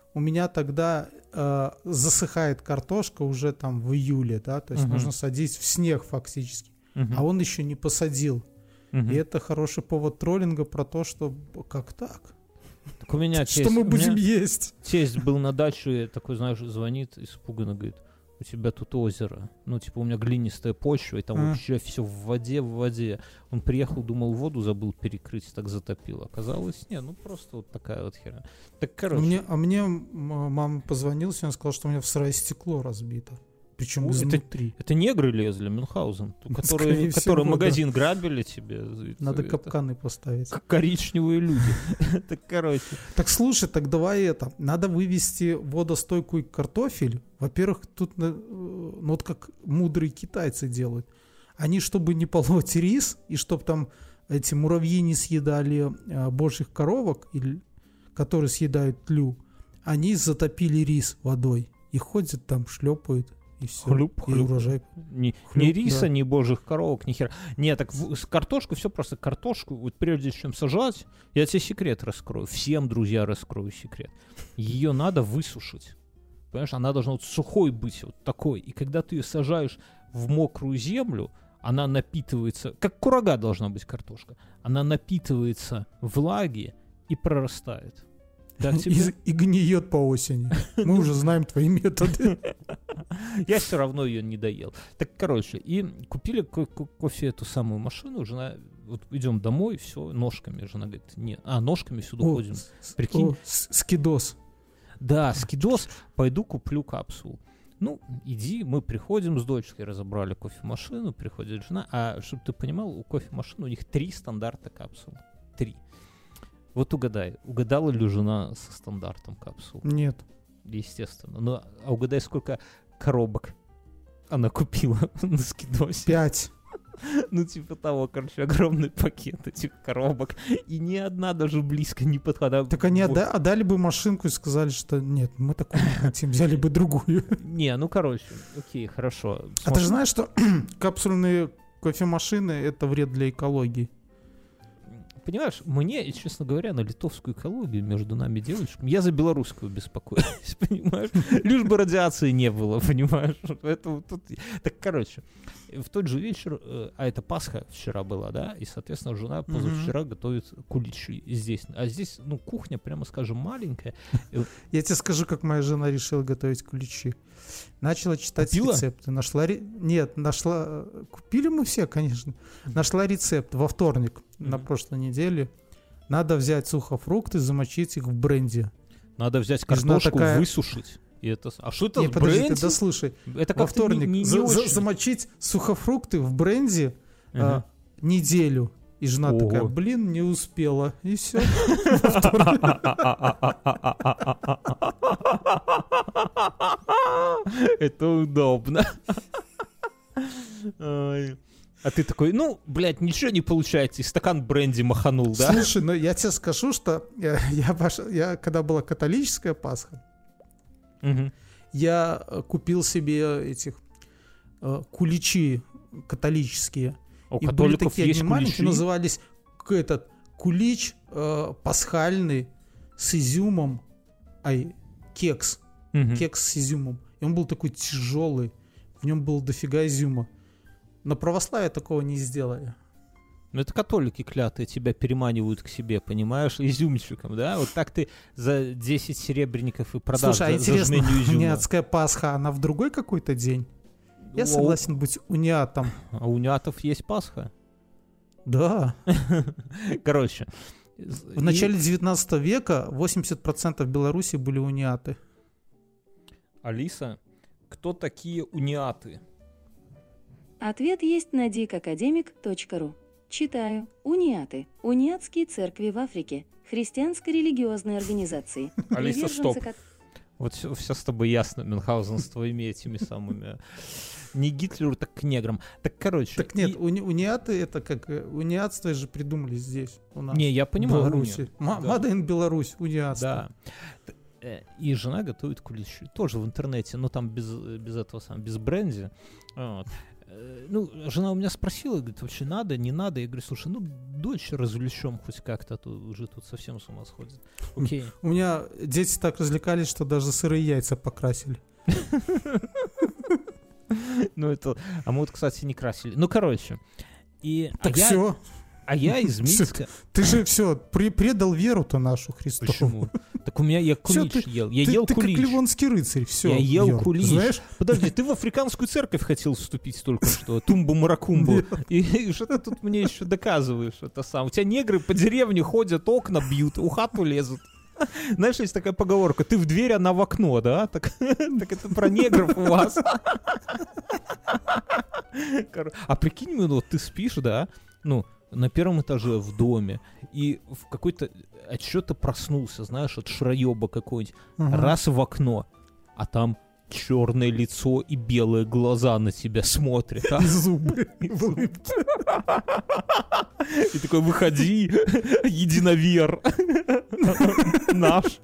у меня тогда э, засыхает картошка уже там в июле, да, то есть Мгм. нужно садить в снег фактически, Мгм. а он еще не посадил. Мгм. И это хороший повод троллинга про то, что как так? Так у меня Что тесть- мы у будем меня есть? тесть был на даче, такой, знаешь, звонит испуганно, говорит, у тебя тут озеро. Ну, типа, у меня глинистая почва, и там А. вообще все в воде, в воде. Он приехал, думал, воду забыл перекрыть, так затопило. Оказалось, не, ну просто вот такая вот херня. Так, короче, Мне, а мне м- мама позвонила, сегодня сказала, что у меня в сарае стекло разбито. Причем О, это- изнутри. это негры лезли, Мюнхгаузен, Скорее которые, всего, которые да. магазин грабили тебе. Надо Это капканы поставить. к- коричневые люди. Так, короче. Так слушай, так давай это. Надо вывести водостойкий картофель. Во-первых, тут, э, ну вот как мудрые китайцы делают. Они, чтобы не полоть рис, и чтобы там эти муравьи не съедали э, божьих коровок, или, которые съедают тлю, они затопили рис водой. И ходят там, шлепают, и все. Хлюп, И хлюп. урожай. Ни, Хлюп, ни риса, да. ни божьих коровок, ни хера. Нет, так в- с картошкой все просто. Картошку, вот прежде чем сажать, я тебе секрет раскрою. Всем, друзья, раскрою секрет. Ее надо высушить. Понимаешь, она должна вот сухой быть, вот такой. И когда ты ее сажаешь в мокрую землю, она напитывается, как курага должна быть картошка, она напитывается влаги и прорастает. Так тебе? И, и гниет по осени. Мы уже знаем твои методы. Я все равно ее не доел. Так, короче, и купили ко- ко- кофе эту самую машину, жена, вот идем домой, все, ножками, жена говорит, нет, а, ножками сюда О, ходим. с- Прикинь. о, с- скидос. Да, скидос, пойду куплю капсулу. Ну, иди, мы приходим с дочкой, разобрали кофемашину, приходит жена, а чтобы ты понимал, у кофемашины у них три стандарта капсул. Три. Вот угадай, угадала ли жена со стандартом капсул? Нет. Естественно. Ну, а угадай, сколько коробок она купила на скидосе? Пять. Ну, типа того, короче, огромный пакет этих коробок. И ни одна даже близко не подходила. Так они Вот. отда- отдали бы машинку и сказали, что нет, мы такую не хотим, взяли бы другую. Не, ну, короче, окей, хорошо. А ты же знаешь, что капсульные кофемашины — это вред для экологии? Понимаешь, мне, и, честно говоря, на литовскую экологию между нами девочками, я за белорусскую беспокоюсь, понимаешь? Лишь бы радиации не было, понимаешь? Поэтому тут... Так, короче, в тот же вечер, э, а это Пасха вчера была, да, и, соответственно, жена позавчера готовит куличи здесь. А здесь, ну, кухня, прямо скажем, маленькая. Я тебе скажу, как моя жена решила готовить куличи. Начала читать Купила? рецепты. Нашла... ре- Нет, нашла... Купили мы все, конечно. Нашла рецепт во вторник на Мгм. прошлой неделе. Надо взять сухофрукты, замочить их в бренде. Надо взять И жена картошку, такая- высушить. И это... А что это Не, в подожди, бренде? ты дослушай. Это Во как-то вторник не, не, не за- за- очень. замочить сухофрукты в бренде а, Ага. неделю. И жена Ого. такая, блин, не успела. И все. Это удобно. Ой. А ты такой, ну, блядь, ничего не получается, и стакан бренди маханул, да? Слушай, ну я тебе скажу, что я, я, пош- я когда была католическая Пасха, Мгм. я э, купил себе этих э, куличи католические. А У И были католиков такие есть одни маленькие, куличи? назывались к- этот кулич э, пасхальный с изюмом, ай, кекс, Мгм. кекс с изюмом. И он был такой тяжелый, в нем было дофига изюма. На православие такого не сделали. Ну, это католики клятые тебя переманивают к себе, понимаешь, изюмчиком, да? Вот так ты за десять серебряников и продашь Слушай, а за, за интересно, жменю изюма. униатская Пасха, она в другой какой-то день? Я У- согласен быть униатом. А у униатов есть Пасха. Да. Короче. В начале девятнадцатого века восемьдесят процентов Беларуси были униаты. Алиса, кто такие униаты? Ответ есть на дикакадемик точка ру. Читаю. Униаты. Униатские церкви в Африке. Христианско-религиозные организации. Алиса, Приверженцы стоп. кат- Вот все, все с тобой ясно, Мюнхгаузен, с твоими этими самыми... Не Гитлеру, так к неграм. Так, короче... Так нет, и- уни- униаты это как... э, Униатство же придумали здесь у нас. Не, я понимаю. в Беларуси. унию. Ма- Да. Made in Беларусь, униатство. Да. Т- э, И жена готовит куличи. Тоже в интернете, но там без, э, без этого самого, без бренди. Вот. э, ну, жена у меня спросила, говорит, вообще надо, не надо? Я говорю, слушай, ну, дочь развлечем хоть как-то, а то уже тут совсем с ума сходит. Окей. У меня дети так развлекались, что даже сырые яйца покрасили. Ну, это... А мы вот, кстати, не красили. Ну, короче. И... Так а я... все. А я из Минска... Ты же все, предал веру-то нашу Христову. Почему? Так у меня я кулич Всё, ты- ел. Я ты, ел ты кулич. как ливонский рыцарь, все. Я ел кулич. Знаешь, Подожди, ты в африканскую церковь хотел вступить только что, тумбу-маракумбу. И, и что ты тут мне еще доказываешь это сам? У тебя негры по деревне ходят, окна бьют, у хату лезут. Знаешь, есть такая поговорка, ты в дверь, она в окно, да? Так, так это про негров у вас. Кор- А прикинь, ну, вот ты спишь, да? Ну, на первом этаже в доме, и в какой-то от чего-то проснулся, знаешь, от шраеба какой-нибудь, Ага. раз в окно, а там черное лицо и белые глаза на тебя смотрят. а? И зубы в улыбке. И такой, выходи, единовер наш.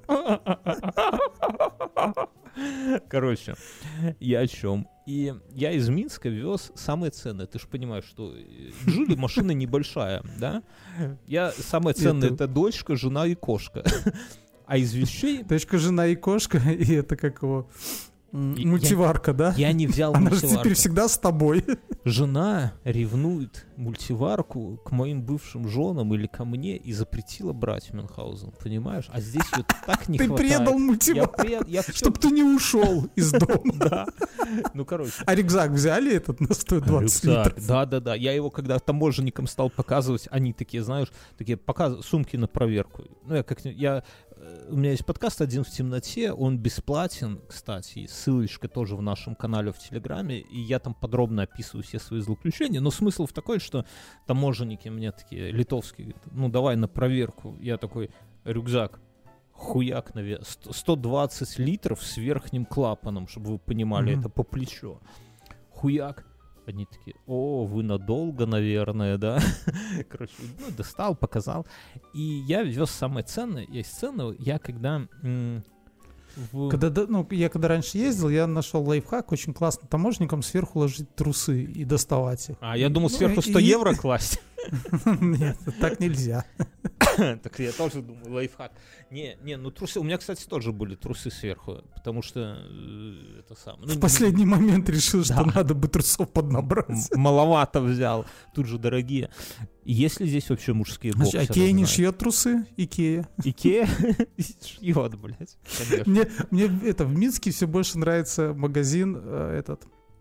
Короче, я о чем? И я из Минска вез самое ценное. Ты же понимаешь, что Джили машина небольшая, да? Я самое ценное — Это- это дочка, жена и кошка. А из вещей Дочка, жена и кошка, и это как его... м, И- Мультиварка, да? я не взял Она же мультиварку. теперь всегда с тобой. Жена ревнует мультиварку к моим бывшим женам или ко мне и запретила брать Мюнхгаузен, понимаешь? А здесь вот так не Ты хватает. предал Я, мультиварку, пред- я всё- чтобы ты не ушел из дома. Да. Ну, короче. А рюкзак взяли этот на сто двадцать Рюкзак. литров? Да-да-да. Я его, когда таможенникам стал показывать, они такие, знаешь, такие показ... сумки на проверку. Ну, я как я... э, У меня есть подкаст «Один в темноте», он бесплатен, кстати, и ссылочка тоже в нашем канале в Телеграме, и я там подробно описываю все свои злоключения, но смысл в такой, что таможенники мне такие, литовские, говорят, ну, давай на проверку. Я такой, рюкзак, хуяк, наверное, сто двадцать литров с верхним клапаном, чтобы вы понимали, Мгм. это по плечо. Хуяк. Они такие, о, вы надолго, наверное, да? Короче, ну, достал, показал. И я вез самое ценное. Есть ценное. Я когда... м, в- Когда, да, ну, я когда раньше ездил, я нашел лайфхак очень классно таможникам сверху ложить трусы и доставать их. А, я думал, Ну, сверху сто и- евро класть. Нет, так нельзя. Так я тоже думаю, лайфхак. Не, не, ну трусы... У меня, кстати, тоже были трусы сверху, потому что э, это самое... В последний момент решил, что Да. надо бы трусов поднабрать. М- маловато взял. Тут же дорогие. Есть ли здесь вообще мужские боксеры? Икея не знаешь? шьет трусы? Икея. Икея шьет, блядь. Конечно. Мне, мне это, в Минске все больше нравится магазин э, этот.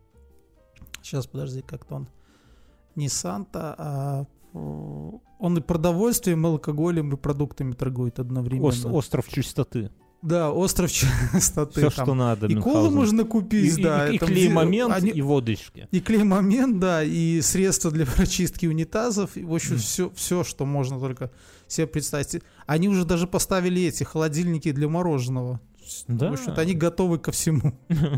Сейчас, подожди, как-то он. Не Санта, а э, он и продовольствием, и алкоголем, и продуктами торгует одновременно. Ос- остров чистоты. Да, остров чистоты. Все, там. что надо. И колу Мюнхгаузен. можно И, купить, и- да. и это клей-момент, они- и водочки. И клей-момент, да, и средства для прочистки унитазов, и, в общем, Мгм. все, все, что можно только себе представить. Они уже даже поставили эти холодильники для мороженого. Да. В общем-то, они готовы ко всему.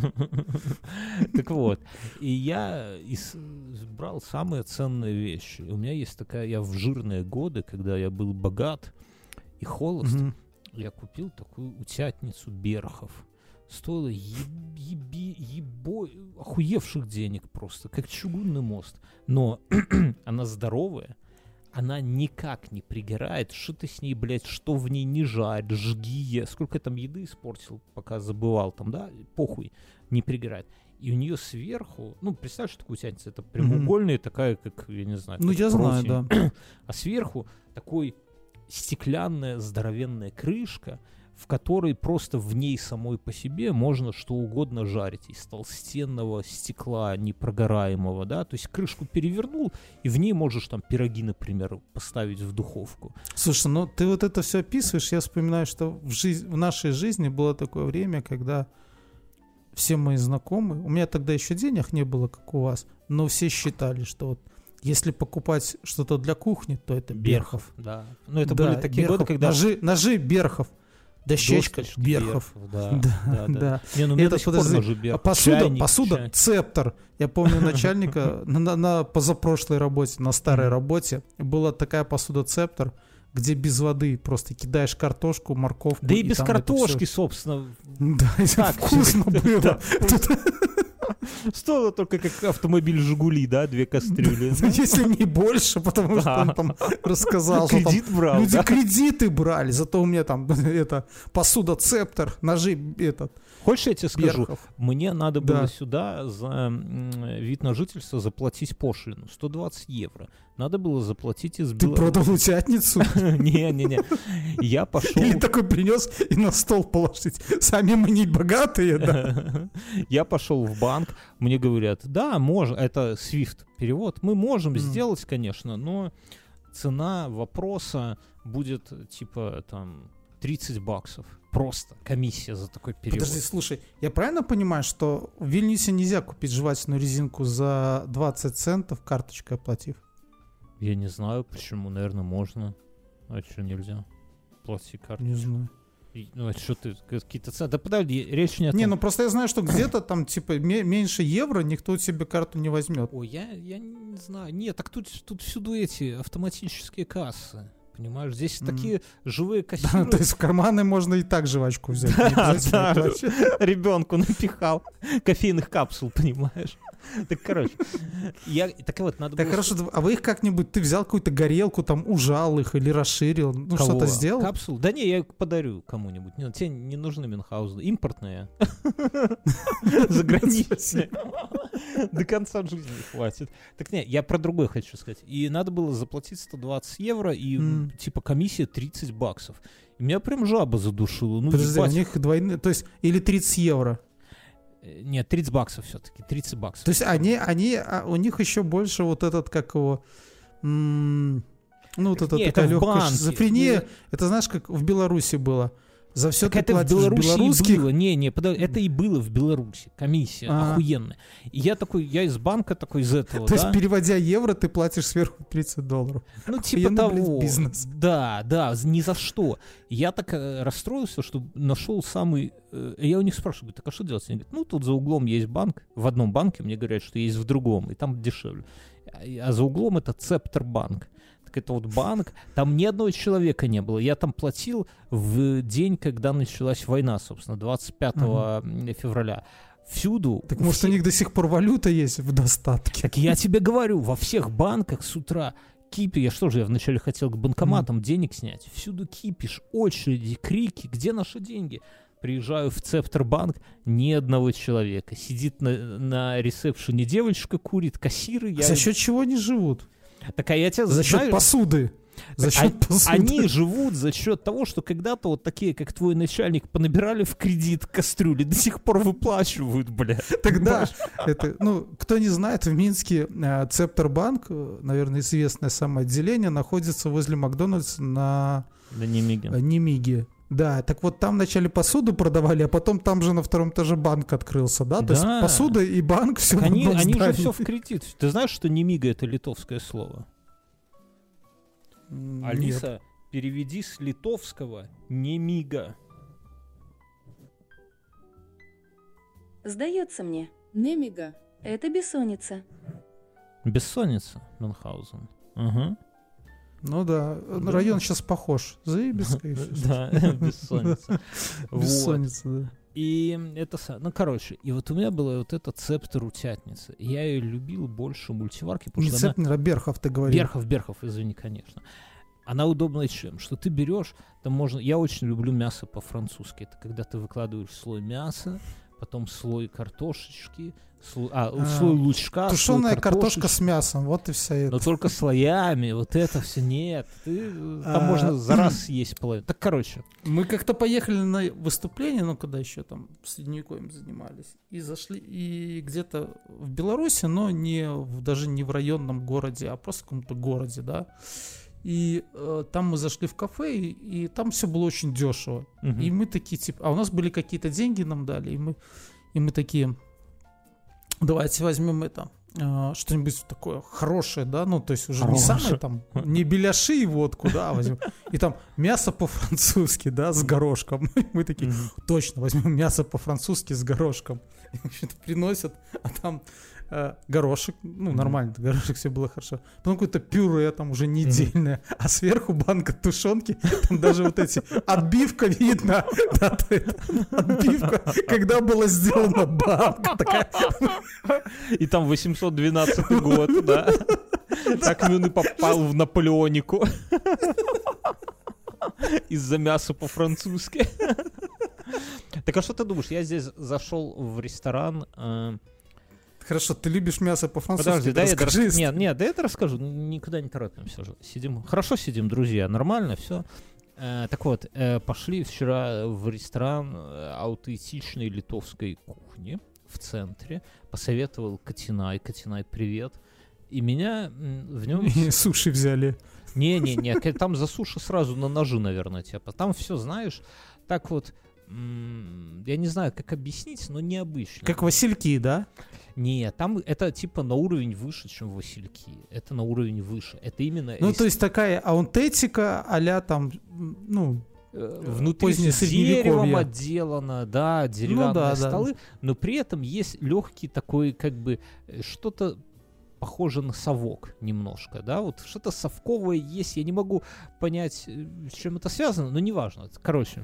Так вот. И я из- брал самые ценные вещи. У меня есть такая... Я в жирные годы, когда я был богат и холост, Мгм. я купил такую утятницу Берхов. Стоила еб- еби- ебо... охуевших денег просто, как чугунный мост. Но она здоровая, она никак не пригорает. Что ты с ней, блядь, что в ней не жарь, жги, е- сколько я там еды испортил, пока забывал там, да, похуй, не пригорает. И у нее сверху, ну, представь, что такое утятница, это прямоугольная такая, как, я не знаю, Ну, как я знаю, противень. да. А сверху такой стеклянная здоровенная крышка, в которой просто в ней самой по себе можно что угодно жарить из толстенного стекла непрогораемого, да, то есть крышку перевернул, и в ней можешь там пироги, например, поставить в духовку. Слушай, ну ты вот это все описываешь, я вспоминаю, что в, жиз- в нашей жизни было такое время, когда все мои знакомые, у меня тогда еще денег не было, как у вас, но все считали, что вот если покупать что-то для кухни, то это Берхов. Да. Ну, это Да, были такие Берхов. годы, когда... Ножи, ножи Берхов. Дощечка досточки Берхов. Да, Да, да, да. да. Не, ну, у меня Это, до сих пор подожди, ножи А Берхов. посуда, Чайник, посуда, чай- Цептор. Я помню начальника на, на- на позапрошлой работе, на старой Мгм. работе, была такая посуда Цептор, где без воды просто кидаешь картошку, морковку. Да и без там это картошки, всё. собственно. Да, и Так, вкусно было. да, Тут Стоило только как автомобиль «Жигули», да, две кастрюли. Если не больше, потому что он там рассказал, что Кредит брал, люди да? кредиты брали, зато у меня там это посуда «Цептор», ножи этот. Хочешь, я тебе скажу? Берхов. Мне надо было Да. сюда за м, вид на жительство заплатить пошлину. сто двадцать евро. Надо было заплатить из Ты Беларуси. продал утятницу? Не-не-не. Я пошел... Или такой принес и на стол положить? Сами мы не богатые, да? Я пошел в банк, мне говорят, да, можно, это свифт перевод, мы можем Мгм. сделать, конечно, но цена вопроса будет типа там тридцать баксов. Просто комиссия за такой перевод. Подожди, слушай, я правильно понимаю, что в Вильнюсе нельзя купить жевательную резинку за двадцать центов, карточкой оплатив? Я не знаю, почему, наверное, можно. А что нельзя? Плати карту. Не знаю. И- Ну, а что ты, какие-то цены? Да подожди, речь не о том. Не, ну просто я знаю, что где-то там типа ме- меньше евро никто у тебя карту не возьмет. Ой, я, я не знаю. Нет, так тут, тут всюду эти автоматические кассы. Понимаешь, здесь Мгм. такие живые Да, кассиры. то есть в карманы можно и так жвачку взять. не обязательно Да, оплачивать. ребенку напихал кофейных капсул, понимаешь? Так, короче, я, так вот, надо Так было... хорошо, а вы их как-нибудь, ты взял какую-то горелку, там ужал их или расширил, ну Кого? что-то сделал? Капсул? Да не, я их подарю кому-нибудь. Не, тебе не нужны Мюнхгаузены. Импортные. Заграничные. До конца жизни хватит. Так не, я про другое хочу сказать. И надо было заплатить сто двадцать евро и М. типа комиссия тридцать баксов. И меня прям жаба задушила. Ну, Подожди, у ебать. них двойные, то есть или тридцать евро. Э, Нет, тридцать баксов все-таки. тридцать баксов. То есть они, они, а у них еще больше вот этот, как его, м, ну вот Так это не, такая это в легкая банке. шизофрения. Не- Это знаешь, как в Беларуси было. За все Так ты это в платишь Беларуси белорусских. и было. Не, не, подожди, это и было в Беларуси. Комиссия А. охуенная. И я такой, я из банка такой из этого, То да? есть, переводя евро, ты платишь сверху тридцать долларов. Ну, типа Охуенный, блядь, того. бизнес. Да, да, з- ни за что. Я так э, расстроился, что нашел самый... э, я у них спрашиваю, говорю, так а что делать? Они говорят, ну, тут за углом есть банк. В одном банке мне говорят, что есть в другом, и там дешевле. А, а за углом это Цептор банк. Так это вот банк, там ни одного человека не было. Я там платил в день, когда началась война, собственно, двадцать пятого февраля. Всюду... Так может, у них до сих пор валюта есть в достатке? Так я тебе говорю, во всех банках с утра кипи, я что же, я вначале хотел к банкоматам денег снять, всюду кипиш, очереди, крики, где наши деньги? Приезжаю в Цепторбанк, ни одного человека. Сидит на, на ресепшене девочка, курит, кассиры. Я... За счет чего они живут? Так, а я тебя За счет знаю- посуды. За Так счет а- посуды. Они живут за счет того, что когда-то вот такие, как твой начальник, понабирали в кредит кастрюли, до сих пор выплачивают, бля. Тогда, это, ну, кто не знает, в Минске э, Цепторбанк, э, наверное, известное самое отделение, находится возле Макдональдса на Да не миги. э, Немиге. Да, так вот там вначале посуду продавали, а потом там же на втором этаже банк открылся, да? То есть Да. посуда и банк все Так в они, одном они же здании. все в кредит. Ты знаешь, что немига — это литовское слово? М, нет. Алиса, переведи с литовского немига. Сдается мне, Немига. это бессонница. Бессонница, Мюнхгаузен. Ага. Ну да, Да. район сейчас похож. Заебиская. Да, бессонница. Вот. Бессонница, да. И это, са- ну, короче, и вот у меня была вот эта Цептор утятница. Я ее любил больше мультиварки, потому Не что она... Цепнер, а Берхов ты говорил. Берхов, Берхов, извини, конечно. Она удобная чем? Что ты берешь, там можно... Я очень люблю мясо по-французски. Это когда ты выкладываешь слой мяса, потом слой картошечки, слой, а, А, слой лучка, Тушеная слой картошка картошечки. с мясом, вот и вся это. Но только слоями, вот это все нет. Ты, э, там А, можно за раз съесть половину. Так, короче, Мы как-то поехали на выступление, ну, когда еще там средневековьем занимались, и зашли, и где-то в Беларуси, но не в- даже не в районном городе, а просто в каком-то городе, да. И э, там мы зашли в кафе, и, и там все было очень дешево. Мгм. И мы такие, типа, а у нас были какие-то деньги, нам дали, и мы, и мы такие, давайте возьмем это, э, что-нибудь такое хорошее, да, ну, то есть уже не Хорошее. самое там, не беляши и водку, да, а возьмем. И там мясо по-французски, да, с горошком. Мы такие, точно, возьмем мясо по-французски с горошком. И, в общем-то, приносят, а там э, горошек, ну, нормально, горошек, все было хорошо. Потом какое-то пюре там уже недельное, а сверху банка тушенки, там даже вот эти, отбивка видно, да, отбивка, когда была сделана банка такая. И там восемьсот двенадцатый год, да. Так Мюн и попал в Наполеонику. Из-за мяса по-французски. Так а что ты думаешь? Я здесь зашел в ресторан. Э... Хорошо, ты любишь мясо по-французски? Подожди, да это расскажи. Нет, нет, да это расскажу. Никуда не торопимся же. Сидим. Хорошо сидим, друзья. Нормально, все. Э, так вот, э, пошли вчера в ресторан аутентичной литовской кухни в центре. Посоветовал Катинай. Катинай, привет. И меня в нем... И суши взяли. Не-не-не, там за суши сразу на ножи, наверное, типа. Там все, знаешь, так вот, м- я не знаю, как объяснить, но необычно. Как васильки, да? Не, там это типа на уровень выше, чем васильки. Это на уровень выше. Это именно... Ну, рес... то есть такая аутентика а-ля там, ну... Внутри с деревом отделано, да, деревянные ну, да, столы, да. Но при этом есть легкий такой, как бы, что-то похоже на совок немножко, да, вот что-то совковое есть, я не могу понять, с чем это связано, но неважно, короче.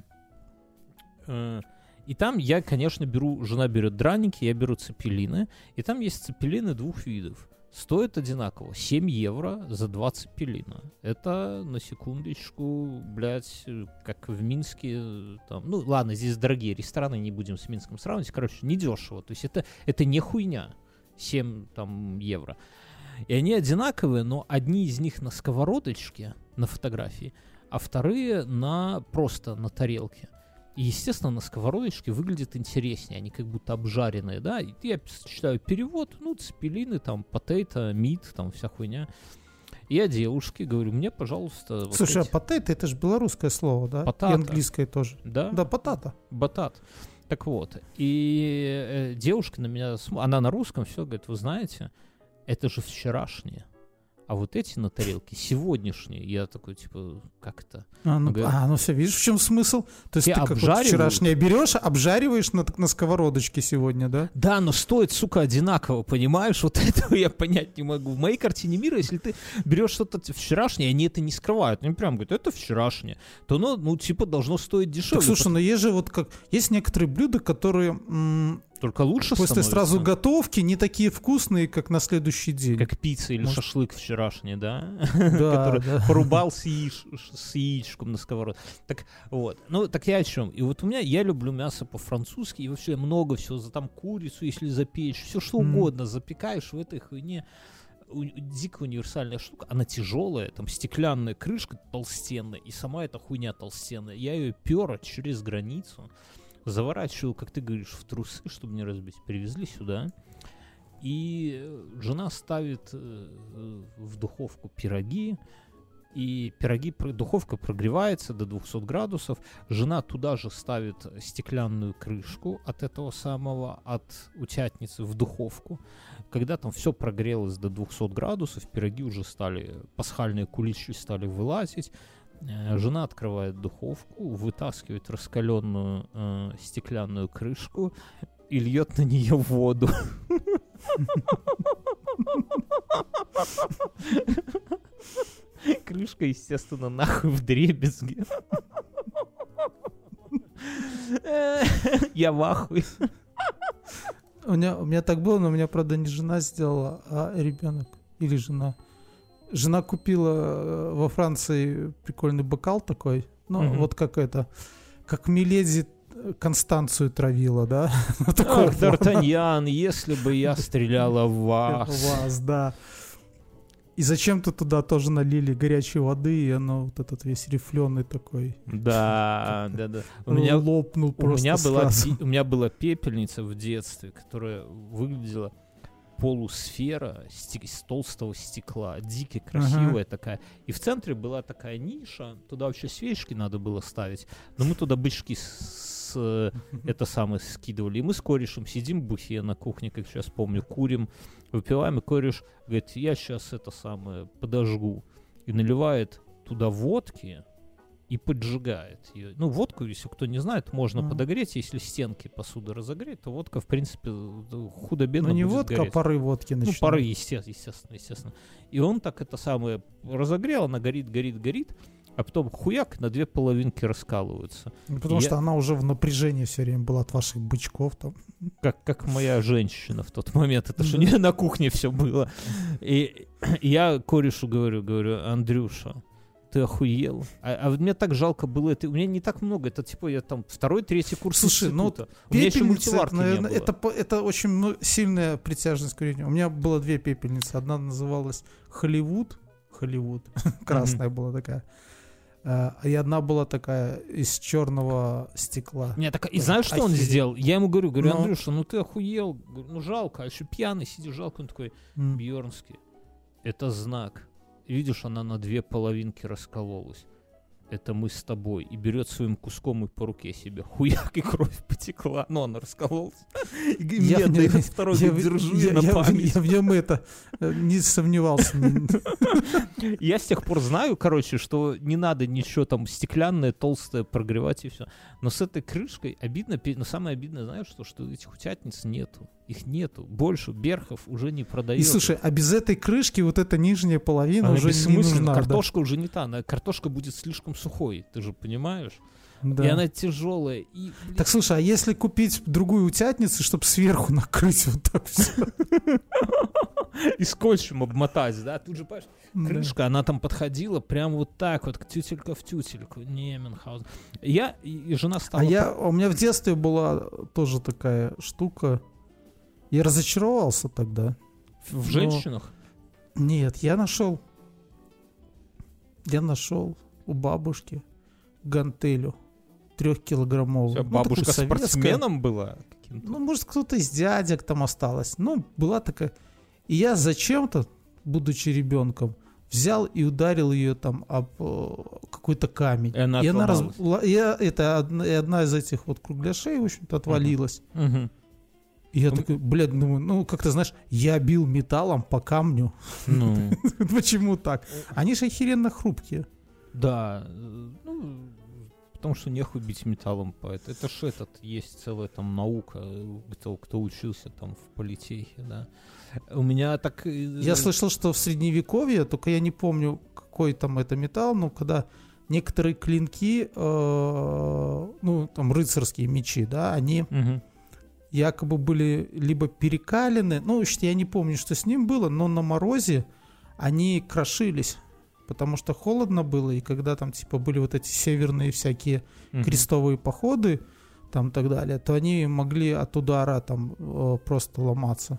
И там я, конечно, беру, жена берет драники, я беру цепелины, и там есть цепелины двух видов. Стоит одинаково, семь евро за два цепелина. Это, на секундочку, блядь, как в Минске, там, ну ладно, здесь дорогие рестораны, не будем с Минском сравнивать, короче, недешево, то есть это, это не хуйня. семь там, евро. И они одинаковые, но одни из них на сковородочке, на фотографии, а вторые на просто на тарелке. И, естественно, на сковородочке выглядит интереснее, они как будто обжаренные, да. И я читаю перевод, ну, цепелины, там, потейто, мит, там, вся хуйня. И я девушке говорю, мне, пожалуйста... Слушай, вот эти... а потейто, это же белорусское слово, да? Потата. И английское тоже. Да? Да, потата. Батат. Так вот, и э, девушка на меня, см... она на русском все говорит, вы знаете, это же вчерашнее, а вот эти на тарелке сегодняшние. Я такой, типа, как это? А, ну, говорит, а, ну все, видишь, в чем смысл? То есть ты как вот вчерашнее берешь, обжариваешь на, на сковородочке сегодня, да? Да, но стоит, сука, одинаково, понимаешь? Вот этого я понять не могу. В моей картине мира, если ты берешь что-то вчерашнее, они это не скрывают. Они прям говорят, это вчерашнее. То оно, ну, типа, должно стоить дешевле. Так, слушай, потому... но есть же вот как... Есть некоторые блюда, которые... М- Только лучше после становится. Сразу готовки не такие вкусные, как на следующий день. Как пицца или Может... шашлык вчерашний, да? Да, который да. порубал с, яич... с яичком на сковородке. Так вот, ну так я о чем? И вот у меня, я люблю мясо по-французски, и вообще много всего, за там курицу, если запечь, все что mm. угодно запекаешь в этой хуйне. У... Дико универсальная штука, она тяжелая, там стеклянная крышка толстенная, и сама эта хуйня толстенная. Я ее пер через границу, заворачивал, как ты говоришь, в трусы, чтобы не разбить. Привезли сюда. И жена ставит в духовку пироги. И пироги, духовка прогревается до двухсот градусов. Жена туда же ставит стеклянную крышку от этого самого, от утятницы в духовку. Когда там все прогрелось до двухсот градусов, пироги уже стали, пасхальные куличи стали вылазить. Жена открывает духовку, вытаскивает раскаленную э, стеклянную крышку и льет на нее воду. Крышка, естественно, нахуй вдребезги. Я в ахуе. У меня, у меня так было, но у меня, правда, не жена сделала, а ребенок или жена. Жена купила во Франции прикольный бокал такой, ну, mm-hmm. вот как это, как Миледи Констанцию травила, да? Ах, Д'Артаньян, если бы я стреляла в вас. В вас, да. И зачем-то туда тоже налили горячей воды, и оно вот этот весь рифленый такой. Да, да, да. У меня лопнул просто у меня была, сразу. У меня была пепельница в детстве, которая выглядела полусфера из толстого стекла, дико красивая ага. такая. И в центре была такая ниша, туда вообще свечки надо было ставить, но мы туда бычки с, с это самое скидывали. И мы с корешем сидим в буфе на кухне, как сейчас помню, курим, выпиваем, и кореш говорит, я сейчас это самое подожгу. И наливает туда водки, и поджигает ее. Ну, водку, если кто не знает, можно Мгм. подогреть. Если стенки посуды разогреть, то водка, в принципе, худо-бедно Ну не будет водка, а гореть. пары водки Ну, начинают. пары, естественно, естественно, естественно. И он так это самое разогрел, она горит, горит, горит, а потом хуяк на две половинки раскалываются. Ну, потому Я- что она уже в напряжении все время была от ваших бычков там. Как, как моя женщина в тот момент. Это же не на кухне все было. И я корешу говорю, говорю, Андрюша, ты охуел? А, а мне так жалко было это. У меня не так много. Это типа я там второй, третий курс Слушай, ну, института. У меня еще Пепельница, мультиварки наверное, не было. это, по- это очень ну, сильная притяжность к курению. У меня было две пепельницы. Одна называлась Холливуд. Холливуд. Красная была такая. А, и одна была такая из черного стекла. Не, так, и знаешь, что он Охереть. сделал? Я ему говорю, говорю, Ну. Андрюша, ну ты охуел. Говорю, ну жалко, а еще пьяный сидишь, жалко. Он такой, М. Бьернский, это знак. Видишь, она на две половинки раскололась. Это мы с тобой. И берет своим куском и по руке себе. Хуяк, и кровь потекла. Но она раскололась. И говорит, Я в медный нем- этот второй я говорит, в- держу я- на я в- память. Я в нем это э, не сомневался. Я с тех пор знаю, короче, что не надо ничего там стеклянное, толстое прогревать и все. Но с этой крышкой обидно, пе- но самое обидное, знаешь, что, что этих утятниц нету. Их нету. Больше Берхов уже не И продает. слушай, а без этой крышки вот эта нижняя половина Она уже не бессмысленна. нужна. да. Картошка уже не та. Она, картошка будет слишком сухой, ты же понимаешь? Да. И она тяжелая. И, блин, Так слушай, а если купить другую утятницу, чтобы сверху накрыть вот так все? и скотчем обмотать, да? Тут же, понимаешь, крышка, она там подходила прям вот так вот, тютелька в тютельку. Не, Мюнхгаузен. Я, и, и жена стала... А я, у меня в детстве была тоже такая штука. Я разочаровался тогда. в, в но- женщинах? Нет, я нашел. Я нашел у бабушки гантелю трехкилограммовую. У тебя Ну, бабушка такую советскую. спортсменом была? Каким-то? Ну, может, кто-то из дядек там осталось. Ну, была такая. И я зачем-то, будучи ребенком, взял и ударил ее там об э, какой-то камень. И она и она раз... отломалась. ла- я, это одна, и одна из этих вот кругляшей, в общем-то, отвалилась. Мгм. И я Ну, такой, блядь, думаю, ну, как ты знаешь, я бил металлом по камню. Ну, Почему так? Они же охеренно хрупкие. да. э, Ну, потому что нехуй бить металлом по это. Это ж этот, есть целая там наука, э, кто, кто учился там в политехе, да. У меня так... э, Я слышал, что в средневековье, только я не помню, какой там это металл, но когда некоторые клинки, э, ну, там, рыцарские мечи, да, они Мгм. якобы были либо перекалены, ну, значит, я не помню, что с ним было, но на морозе они крошились, потому что холодно было, и когда там, типа, были вот эти северные всякие Мгм. крестовые походы, там, так далее, то они могли от удара там э, просто ломаться.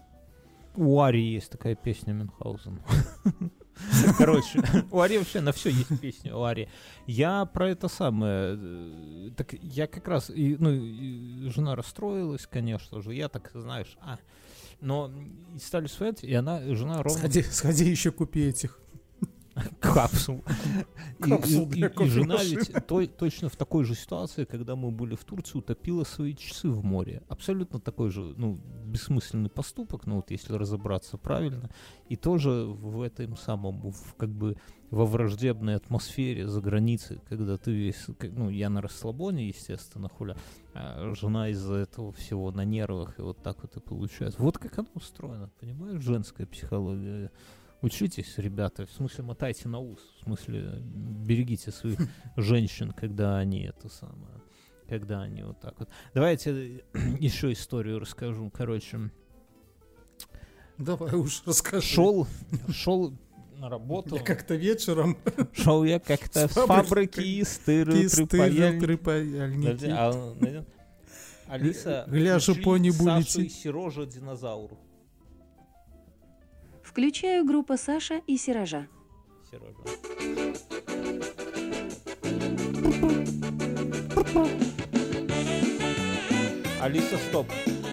У Ари есть такая песня Мюнхгаузен. Короче, у Ари вообще на все есть песня у Ари. Я про это самое... э, Так я как раз... и, ну, и жена расстроилась, конечно же. Я так, знаешь... А, но и стали смотреть, и она, жена ровно... Сходи, сходи еще купи этих. Капсул. И- Капсул и- для и- И жена кофемашины. ведь то- точно в такой же ситуации, когда мы были в Турции, утопила свои часы в море. Абсолютно такой же, ну, бессмысленный поступок, ну, вот если разобраться правильно. И тоже в этом самом, в, как бы, во враждебной атмосфере за границей, когда ты весь, как- ну, я на расслабоне, естественно, хуля, а жена из-за этого всего на нервах, и вот так вот и получается. Вот как оно устроено, понимаешь, женская психология. Учитесь, ребята, в смысле мотайте на ус, в смысле берегите своих женщин, когда они это самое, когда они вот так вот. Давайте еще историю расскажу. Короче, Давай уж расскажи. шел, шел на работу, Я как-то вечером шел я как-то С с фабрики из кистырил тыры трипаяльники. а, Алиса, Гляжу включи по небу Сашу и летит. Сережа динозавр. Включаю группа Саша и Сережа. Сережа. Алиса, стоп.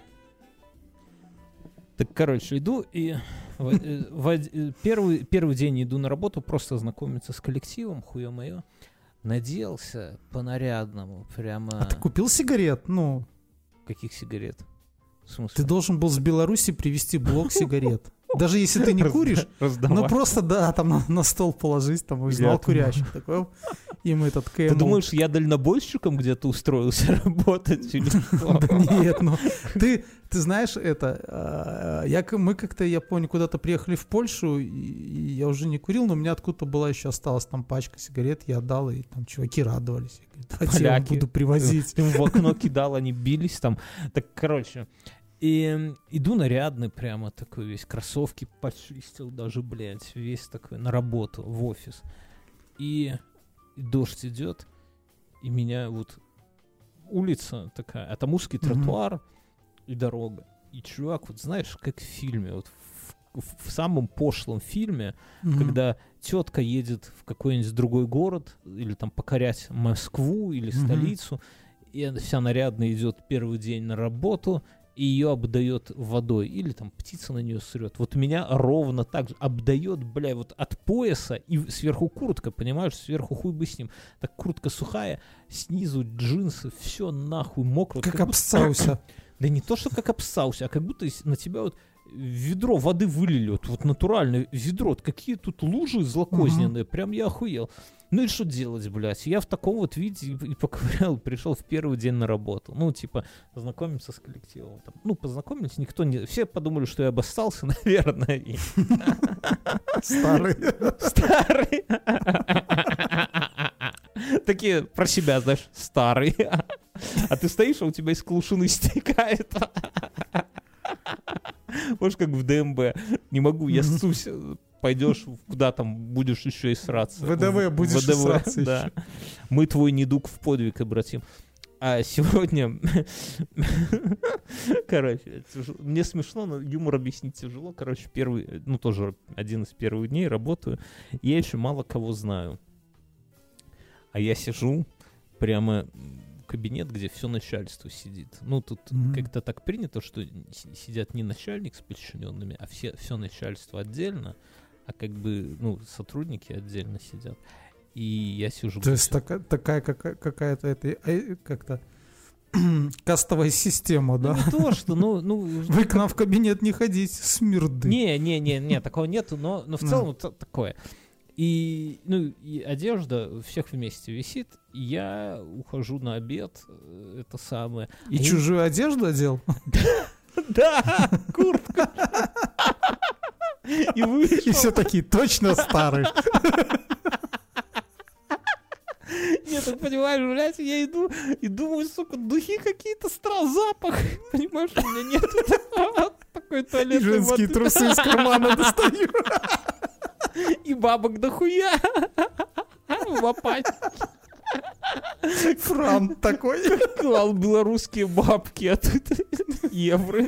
Так, короче, иду и в- э, в од- э, первый, первый день иду на работу, просто знакомиться с коллективом, хуе мое. Наделся по-нарядному, прямо... А ты купил сигарет? Ну, Каких сигарет? В смысле? ты должен был с Беларуси привезти блок сигарет. Даже если ты не Разда- куришь, раздавать. ну просто, да, там на, на стол положить, там узнал Я курящих. Такой, оп. им этот КМО. Ты думаешь, я дальнобойщиком где-то устроился работать или что? Да нет, ну ты, ты знаешь это, я, мы как-то, я помню, куда-то приехали в Польшу, и, и я уже не курил, но у меня откуда-то была еще осталась там пачка сигарет, я отдал, и там чуваки радовались. Я говорю, давайте я вам буду привозить. Ты в окно кидал, они бились там. Так, короче, и иду нарядный прямо такой весь, кроссовки почистил даже, блядь, весь такой на работу, в офис. И, и дождь идет, и меня вот улица такая, а там узкий тротуар mm-hmm. и дорога. И чувак, вот знаешь, как в фильме, вот в, в, в самом пошлом фильме, mm-hmm. когда тетка едет в какой-нибудь другой город, или там покорять Москву или mm-hmm. столицу, и она вся нарядно идет первый день на работу, и ее обдает водой, или там птица на нее срет. Вот меня ровно так же обдает, бля, вот от пояса, и сверху куртка, понимаешь, сверху хуй бы с ним. Так куртка сухая, снизу джинсы, все нахуй мокро. Как, как обссался. Будто... Да не то, что как обссался, а как будто на тебя вот ведро воды вылили, вот, вот натуральное ведро, вот какие тут лужи злокозненные, угу. Прям я охуел. Ну и что делать, блядь? Я в таком вот виде и, и поковырял, пришел в первый день на работу. Ну, типа, познакомиться с коллективом. Там, ну, познакомились, никто не... Все подумали, что я обоссался, наверное. Старый. Старый. Такие про себя, знаешь, старый. А ты стоишь, а у тебя из клушины стекает. Может, как в ДМБ. Не могу, я ссусь. Пойдешь, куда там будешь еще и сраться. ВДВ будешь и сраться да. Еще. Мы твой недуг в подвиг обратим. А сегодня... Короче, мне смешно, но юмор объяснить тяжело. Короче, первый, ну тоже один из первых дней работаю. Я еще мало кого знаю. А я сижу прямо... кабинет, где все начальство сидит. Ну, тут mm-hmm. как-то так принято, что сидят не начальник с подчиненными, а все, все начальство отдельно, а как бы, ну, сотрудники отдельно сидят. И я сижу... То есть такая, такая какая- какая-то это, как-то кастовая система, да? Ну, не то, что, ну... ну вы к нам в кабинет не ходите, смерды. Не-не-не, такого нету, но, но в целом no. такое. И, ну, и одежда у всех вместе висит, и я ухожу на обед, это самое. И а чужую я... одежду одел? Да, куртка. И вышел. И все такие, точно старый. Нет, ты понимаешь, блядь, я иду и думаю, сука, духи какие-то, страх, запах. Понимаешь, у меня нет такой туалетной воды. Женские трусы из кармана достаю. И бабок дохуя. Лопать. Фран такой. Клал белорусские бабки, а тут евро.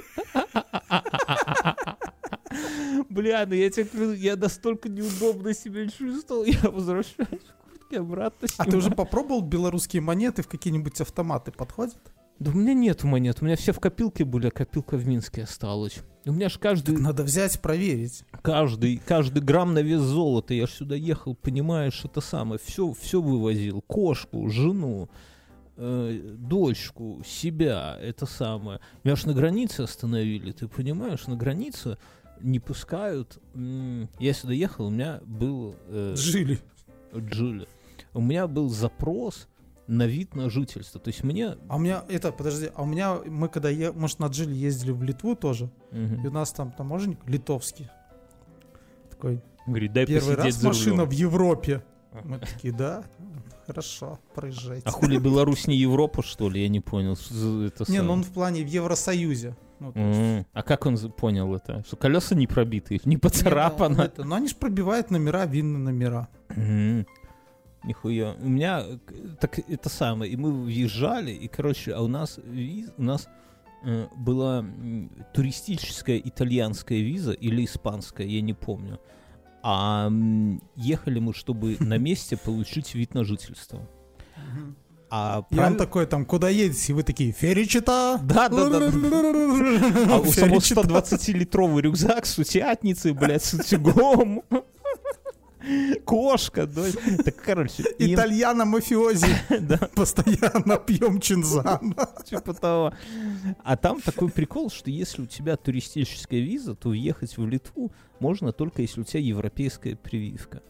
Бля, ну я тебе я настолько неудобно себя чувствовал, я возвращаюсь в куртке обратно. А ты уже попробовал белорусские монеты в какие-нибудь автоматы? Подходят? Да у меня нету монет, у меня все в копилке были, а копилка в Минске осталась. У меня ж каждый... Так надо взять, проверить. Каждый, каждый грамм на вес золота. Я ж сюда ехал, понимаешь, это самое. Все, все вывозил. Кошку, жену, э, дочку, себя, это самое. Меня ж на границе остановили, ты понимаешь? На границе не пускают. Я сюда ехал, у меня был... Э, Джили. Джили. У меня был запрос на вид на жительство. То есть мне... А у меня, это, подожди, а у меня, мы когда, е... может, на Джили ездили в Литву тоже, угу. и у нас там таможенник литовский. Такой, говорит, дай первый раз за машина рулем. в Европе. Мы такие, да, хорошо, проезжайте. А хули Беларусь не Европа, что ли? Я не понял. Это не, сам... ну он в плане в Евросоюзе. Ну, mm-hmm. А как он понял это? Что колеса не пробиты, не поцарапано? Не, это, но они же пробивают номера, винные номера. Mm-hmm. Нихуя. У меня так это самое. И мы въезжали, и, короче, а у нас виз, у нас э, была м, туристическая итальянская виза или испанская, я не помню. А м, ехали мы, чтобы на месте получить вид на жительство. А и прав... он такой там, куда едете? И вы такие, Феричита? Да, да, да. А у самого сто двадцатилитровый рюкзак с утятницей, блядь, с утюгом. Кошка, да. Так, короче. Итальяно-мафиози. Постоянно пьем чинзан. Типа того. А там такой прикол, что если у тебя туристическая виза, то въехать в Литву можно только если у тебя европейская прививка.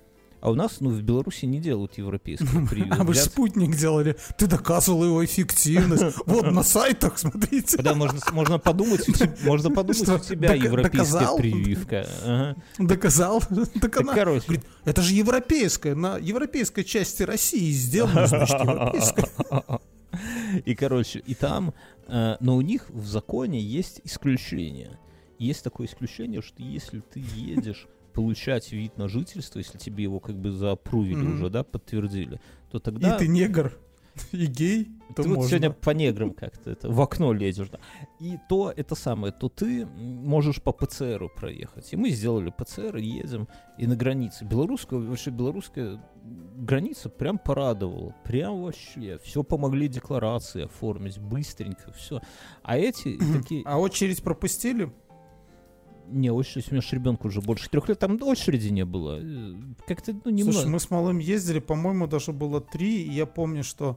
А у нас, ну, в Беларуси не делают европейскую прививку. А вы же спутник делали. Ты доказывал его эффективность. Вот на сайтах, смотрите. Да, можно, можно подумать, у тебя, можно подумать, у тебя европейская прививка. Доказал. Так, короче. Говорит, это же европейская, на европейской части России сделано, значит, европейская. И, короче, и там, э, но у них в законе есть исключение. Есть такое исключение, что если ты едешь получать вид на жительство, если тебе его как бы заапрувили mm-hmm. уже, да, подтвердили, то тогда... И ты негр, и гей, то ты можно. Вот сегодня по неграм как-то это, в окно лезешь, да. И то это самое, то ты можешь по ПЦРу проехать. И мы сделали ПЦР, и едем, и на границе. Белорусская, вообще белорусская граница прям порадовала. Прям вообще. Все помогли декларации оформить, быстренько, все. А эти такие... А очередь пропустили? Не, очередь, у меня же ребенку уже больше трех лет, там очереди не было. Как-то, ну, немного. Слушай, мы с малым ездили, по-моему, даже было три, и я помню, что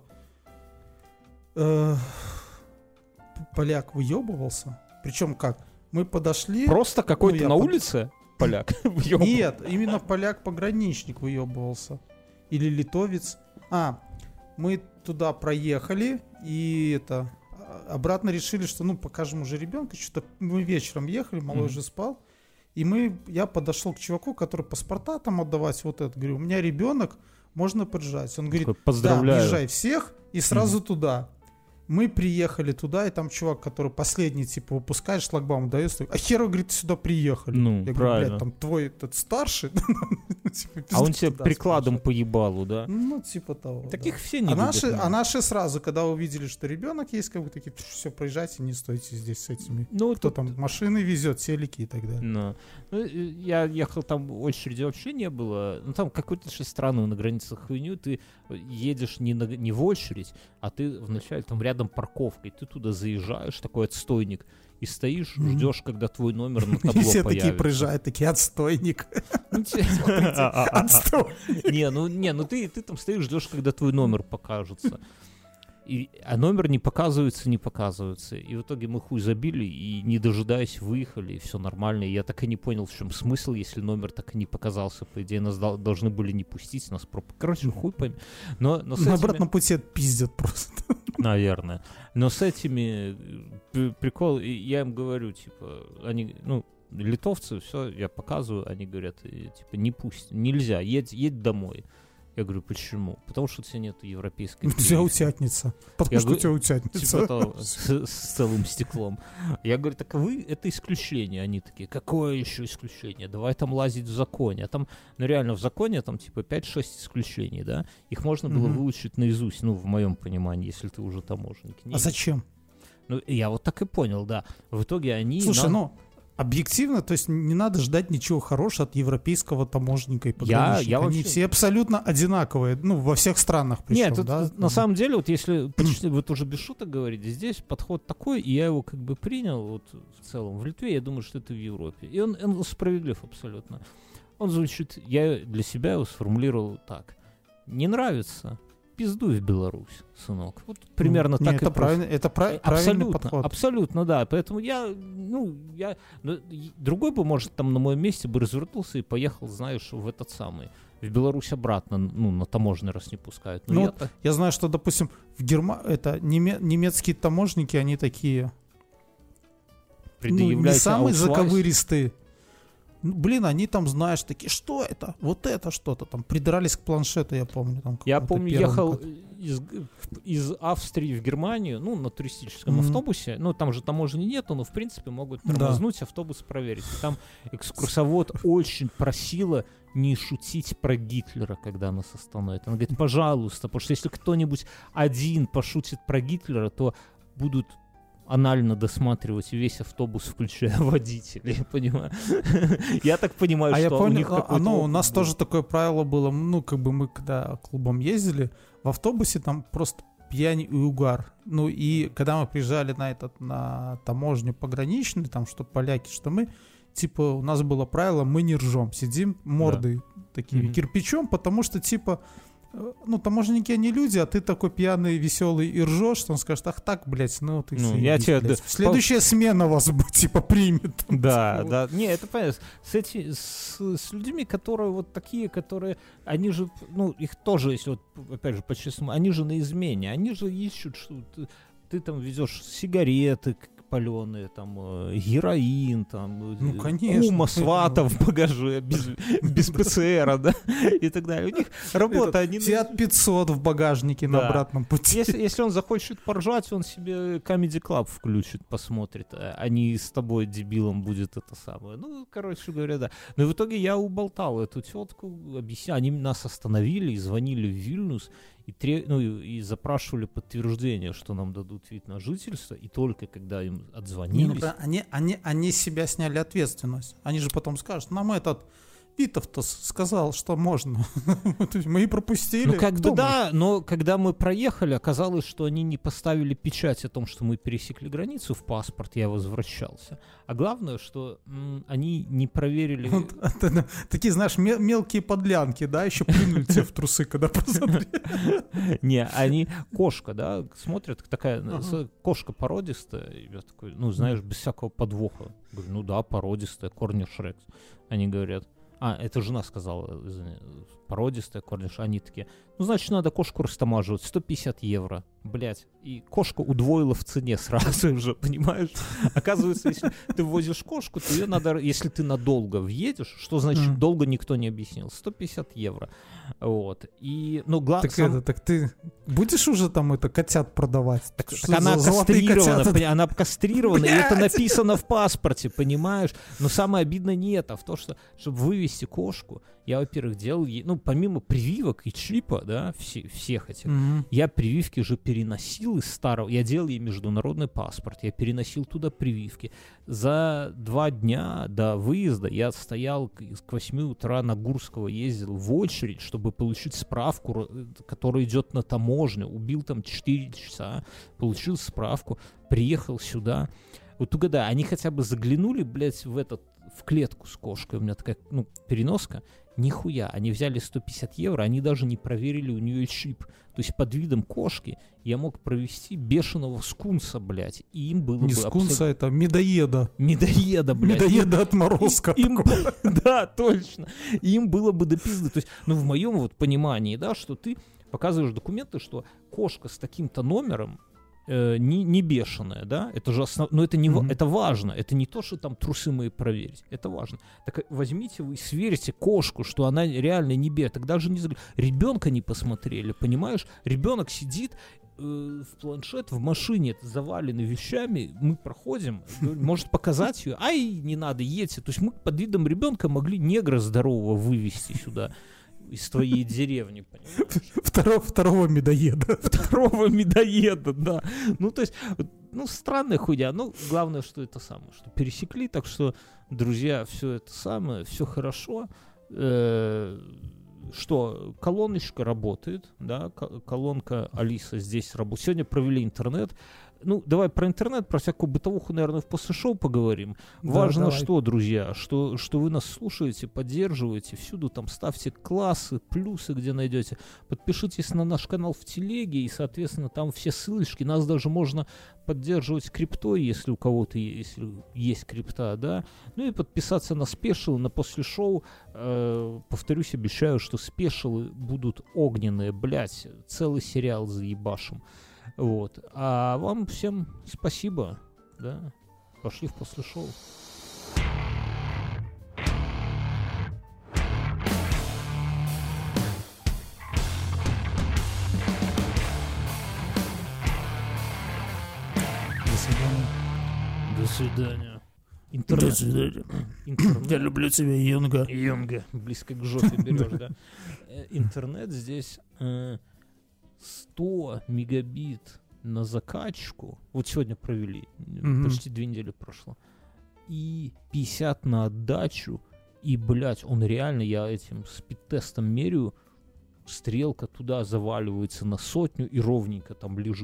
э, поляк выебывался. Причем как? Мы подошли... Просто какой-то ну, на под... улице поляк выебывался? Нет, именно поляк-пограничник выебывался. Или литовец. А, мы туда проехали, и это... Обратно решили, что ну покажем уже ребенка. Что-то мы вечером ехали, малой mm-hmm. уже спал. И мы, я подошел к чуваку, который паспорта там отдавать вот это. Говорю, у меня ребенок, можно поджать. Он говорит, да, приезжай всех и сразу mm-hmm. туда. Мы приехали туда, и там чувак, который последний, типа, выпускает шлагбаум, дает, а хера, говорит, сюда приехали. Ну, я правильно. говорю, блядь, там твой этот старший. А он тебе прикладом по ебалу, да? Ну, типа того. Таких все не любят. А наши сразу, когда увидели, что ребенок есть, как бы такие, все, проезжайте, не стойте здесь с этими. Ну, кто там машины везет, телеки и так далее. Ну, я ехал, там очереди вообще не было. Ну, там какую-то же странную на границах хуйню. Ты едешь не, на, не в очередь, а ты вначале там рядом парковкой. Ты туда заезжаешь, такой отстойник, и стоишь, mm-hmm. ждешь, когда твой номер на табло появится. Все такие проезжают, такие отстойник. Не, ну не, ну ты там стоишь, ждешь, когда твой номер покажется. И, а номер не показывается, не показывается. И в итоге мы хуй забили и, не дожидаясь, выехали, и все нормально. И я так и не понял, в чем смысл, если номер так и не показался. По идее, нас дол- должны были не пустить, нас проп... Короче, хуй пойми. Но, но с На этими... обратном пути пиздят просто. Наверное. Но с этими прикол, я им говорю, типа, они, ну, литовцы, все, я показываю, они говорят, типа, не пусть, нельзя, едь, едь домой. Я говорю, почему? Потому что у тебя нет европейской... У тебя утятница. Потому что у тебя утятница. Типа того, с, с целым стеклом. Я говорю, так вы, это исключение. Они такие, какое еще исключение? Давай там лазить в законе. А там, ну реально, в законе там типа пять-шесть исключений, да? Их можно было mm-hmm. выучить наизусть, ну, в моем понимании, если ты уже таможенник. А зачем? Ну, я вот так и понял, да. В итоге они... Слушай, нам... ну... Объективно, то есть не надо ждать ничего хорошего от европейского таможенника и пограничника. Я, я Они вообще... все абсолютно одинаковые, ну, во всех странах причем. Нет, да? это, на самом деле, вот если почти, вот уже без шуток говорить, здесь подход такой, и я его как бы принял вот в целом. В Литве, я думаю, что это в Европе. И он, он справедлив абсолютно. Он звучит, я для себя его сформулировал так. Не нравится? Пиздуй в Беларусь, сынок. Вот примерно ну, так нет, и это правильно, это прав, правильный подход. Абсолютно, да. Поэтому я, ну, я, ну, другой бы, может, там на моем месте бы развернулся и поехал, знаешь, в этот самый, в Беларусь обратно, ну, на таможенный раз не пускают. Но ну, я, вот, я знаю, что, допустим, в Герма... это неме... немецкие таможенники, они такие, ну, не самые аутсвайс. Заковыристые. Блин, они там, знаешь, такие, что это? Вот это что-то там. Придрались к планшету, я помню. Там, я помню, ехал код. из, из Австрии в Германию, ну, на туристическом mm-hmm. автобусе. Ну, там же таможни нету, но, в принципе, могут тормознуть, да. автобус проверить. И там экскурсовод очень просила не шутить про Гитлера, когда нас остановят. Она говорит, пожалуйста, потому что если кто-нибудь один пошутит про Гитлера, то будут... анально досматривать весь автобус, включая водителей, понимаю. Я так понимаю, а что я помню, у них а, ну, у нас был. тоже такое правило было, ну, как бы мы, когда клубом ездили, в автобусе там просто пьянь и угар. Ну, и когда мы приезжали на этот, на таможню пограничную, там, что поляки, что мы, типа, у нас было правило, мы не ржем, сидим мордой да. такими mm-hmm. кирпичом, потому что, типа, ну, таможенники, они люди, а ты такой пьяный, веселый и ржешь, что он скажет, ах так, блядь, ну ты Ну, заебись, я тебе- блядь. да, Следующая смена вас, типа, примет. Да, Типа, да. Не, это понятно. С, эти, с, с людьми, которые вот такие, которые, они же, ну, их тоже, если вот, опять же, по-честному, они же на измене, они же ищут, что ты, ты там везешь сигареты паленые, там, э, героин, там, Ну, э, конечно. кума, свата в багаже, без, без ПЦРа, да, и так далее. У них работа, они... Фиат пятьсот в багажнике на Да. обратном пути. Если, если он захочет поржать, он себе Comedy Club включит, посмотрит, а а не с тобой, дебилом, будет это самое. Ну, короче говоря, да. Но и в итоге я уболтал эту тетку, объяснял, они нас остановили и звонили в Вильнюс, и, тре... ну, и, и запрашивали подтверждение, что нам дадут вид на жительство, и только когда им Не, ну, отзвонились... правильно, они, они, они с себя сняли ответственность. Они же потом скажут, нам этот Витов-то с- сказал, что можно. То есть мы и пропустили. Ну, как Кто бы да, но когда мы проехали, оказалось, что они не поставили печать о том, что мы пересекли границу в паспорт, я возвращался. А главное, что м, они не проверили... мы? Вот это, да, такие, знаешь, ме- мелкие подлянки, да, еще плюнули тебе в трусы, когда посмотрели. Не, они... Кошка, да, смотрят, такая Ага. с- кошка породистая. И я такой, ну, знаешь, без всякого подвоха. Говорю, ну да, породистая, корнишрекс. Они говорят... А, это жена сказала, извини, породистая, корниш. Они такие, ну, значит, надо кошку растамаживать, сто пятьдесят евро, блять. И кошка удвоила в цене сразу уже, понимаешь? Оказывается, если ты возишь кошку, то ее надо, если ты надолго въедешь, что значит Мгм. долго, никто не объяснил, сто пятьдесят евро. Вот. И, ну, главное... Так это, так ты будешь уже там это котят продавать? Так, Что так она за золотые кастрирована, котята? поня- она кастрирована, и это Блядь! написано в паспорте, понимаешь? Но самое обидное не это, а в том, что, чтобы вывести кошку, я, во-первых, делал ей, ну, помимо прививок и чипа, да, все- всех этих, Мгм. я прививки же переносил из старого, я делал ей международный паспорт, я переносил туда прививки. За два дня до выезда я стоял к, к восьми утра на Гурского, ездил в очередь, чтобы получить справку, р- которая идет на таможню. Убил там четыре часа, получил справку, приехал сюда. Вот угадай, они хотя бы заглянули, блядь, в этот, в клетку с кошкой, у меня такая, ну, переноска. Нихуя, они взяли сто пятьдесят евро, они даже не проверили у нее чип. То есть под видом кошки я мог провести бешеного скунса, блядь, и им было Не бы скунса, абсолютно- это медоеда. Медоеда, блядь. Медоеда отморозка. Им, такого. да, точно. Им было бы до пизды. То есть, ну, в моем вот понимании, да, что ты показываешь документы, что кошка с таким-то номером э, не, не бешеная, да, это же основ... но это не ва- Мгм. это важно, это не то, что там трусы мои проверить, это важно. Так э, возьмите вы и сверьте кошку, что она реально не бешеная, тогда же не заг- ребенка не посмотрели, понимаешь, ребенок сидит э, в планшет в машине, это завалены вещами, мы проходим, говорю, может показать ее, ай, не надо, едьте, то есть мы под видом ребенка могли негра здорового вывести сюда из твоей деревни, понимаешь? Второго, второго медоеда. Второго медоеда, да. Ну, то есть, вот, ну, странная хуйня. Ну, главное, что это самое, что пересекли, так что, друзья, все это самое, все хорошо. Э, Что, колоночка работает, да, ко- колонка Алиса здесь работает. Сегодня провели интернет. Ну, давай про интернет, про всякую бытовуху, наверное, в после шоу поговорим. Да, Важно давай. что, друзья, что, что вы нас слушаете, поддерживаете, всюду там ставьте классы, плюсы, где найдете. Подпишитесь на наш канал в телеге, и, соответственно, там все ссылочки. Нас даже можно поддерживать криптой, если у кого-то е- если есть крипта, да. Ну и подписаться на спешл, на после шоу. Э, повторюсь, обещаю, что спешалы будут огненные, блять, целый сериал заебашим. Вот. А вам всем спасибо, да. Пошли в после шоу. До свидания. До свидания. Интернет. свидания. Интернет. Я люблю тебя, Юнга. Юнга. Близко к жопе берешь, да. Э, Интернет здесь э, сто мегабит на закачку. Вот сегодня провели. Мгм. Почти две недели прошло. И пятьдесят на отдачу. И, блядь, он реально, я этим спид-тестом меряю, стрелка туда заваливается на сотню и ровненько там лежит.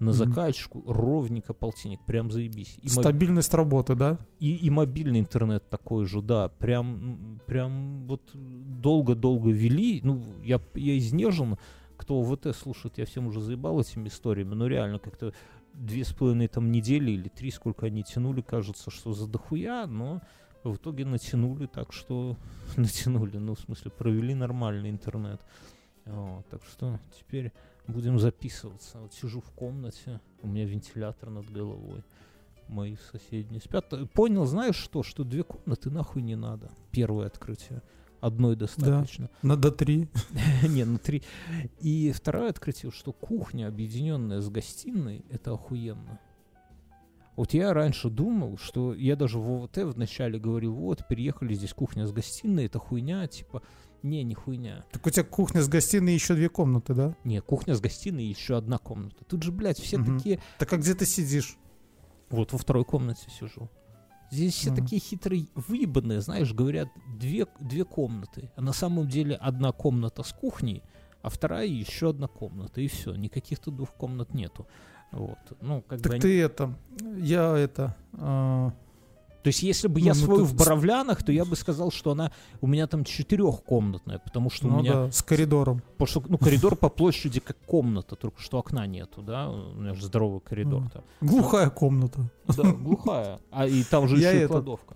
на закачку ровненько полтинник, прям заебись. И Стабильность моб... работы, да? И, и мобильный интернет такой же, да, прям, прям вот долго-долго вели, ну, я, я изнежен, кто ОВТ слушает, я всем уже заебал этими историями, но реально как-то две с половиной там недели или три, сколько они тянули, кажется, что за дохуя, но в итоге натянули так, что натянули, ну, в смысле, провели нормальный интернет. О, так что теперь будем записываться. Вот сижу в комнате, у меня вентилятор над головой, мои соседние спят. Понял, знаешь что, что две комнаты нахуй не надо. Первое открытие. Одной достаточно. Да, надо три. Не, ну три. И второе открытие, что кухня, объединенная с гостиной, это охуенно. Вот я раньше думал, что я даже в ОВТ вначале говорил, вот, переехали, здесь кухня с гостиной, это хуйня, типа, не, не хуйня. Так у тебя кухня с гостиной и еще две комнаты, да? Не, кухня с гостиной и еще одна комната. Тут же, блядь, все угу. такие... Так а где ты сидишь? Вот во второй комнате сижу. Здесь все угу. такие хитрые, выебанные, знаешь, говорят, две, две комнаты. А на самом деле одна комната с кухней, а вторая еще одна комната, и все. Никаких-то двух комнат нету. Вот. Ну, как так бы ты они... это, я это... Э... То есть, если бы ну, я ну, свою тут... в Боровлянах, то я бы сказал, что она у меня там четырехкомнатная, потому что ну, у меня... да, с коридором. Потому что, ну, коридор по площади как комната, только что окна нету, да? У меня же здоровый коридор-то. Глухая комната. Да, глухая. А и там же еще и кладовка.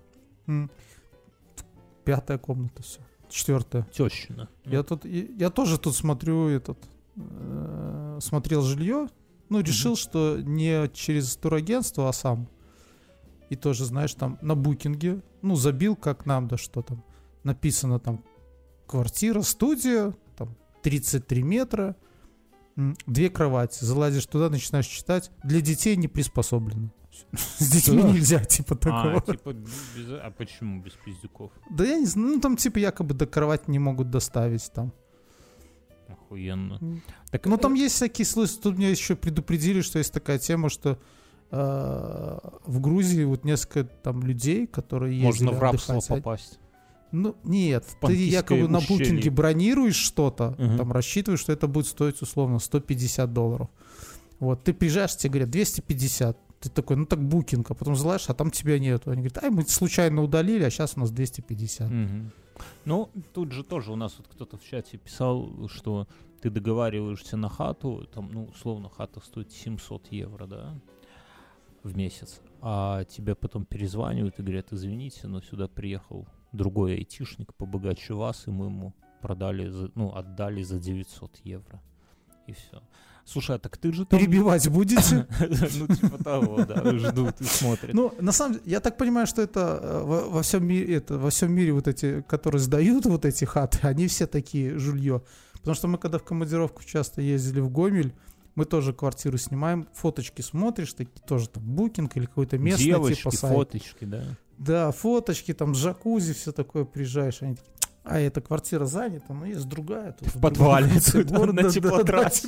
Пятая комната, все. Четвертая. Тещина. Я тут, я тоже тут смотрю этот... Смотрел жилье. Ну, решил, mm-hmm. что не через турагентство, а сам. И тоже, знаешь, там на букинге, ну, забил, как нам, да что там. Написано там квартира, студия, там тридцать три метра, две кровати. Залазишь туда, начинаешь читать. Для детей не приспособлено. С детьми нельзя, типа такого. А, типа, без... а почему без пиздюков? Да я не знаю, ну, там типа якобы до кровати не могут доставить там. Охуенно. Так, ну, там есть всякие случаи. Тут меня еще предупредили, что есть такая тема, что э, в Грузии вот несколько там людей, которые ездили можно в рабство отдыхать, попасть. Ну, нет, ты якобы на букинге бронируешь что-то, угу. там рассчитываешь, что это будет стоить условно сто пятьдесят долларов. Вот, ты приезжаешь, тебе говорят двести пятьдесят. Ты такой, ну так букинг, а потом залазишь, а там тебя нету. Они говорят, ай, мы случайно удалили, а сейчас у нас двести пятьдесят. Угу. Ну, тут же тоже у нас вот кто-то в чате писал, что ты договариваешься на хату, там, ну, условно, хата стоит семьсот евро, да, в месяц, а тебе потом перезванивают и говорят, извините, но сюда приехал другой айтишник побогаче вас, и мы ему продали, за, ну, отдали за девятьсот евро, и все. Слушай, а так ты же там... Перебивать будете? Ну, типа того, да, ждут и смотрят. Ну, на самом деле, я так понимаю, что это во всем мире, это во всем мире вот эти, которые сдают вот эти хаты, они все такие жулье. Потому что мы, когда в командировку часто ездили в Гомель, мы тоже квартиру снимаем, фоточки смотришь, такие тоже там букинг или какой-то местный девочки, типа сайт. фоточки, да. Да, фоточки, там джакузи, все такое, приезжаешь, они такие, а эта квартира занята, но есть другая. Тут в подвале, на теплотрассе.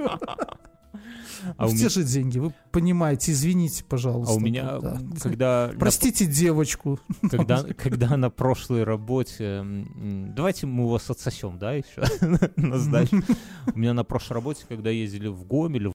А все же деньги, вы понимаете, извините, пожалуйста. А у меня, когда... Простите девочку. Когда на прошлой работе... Давайте мы вас отсосем, да, еще на сдачу. У меня на прошлой работе, когда ездили в Гомель,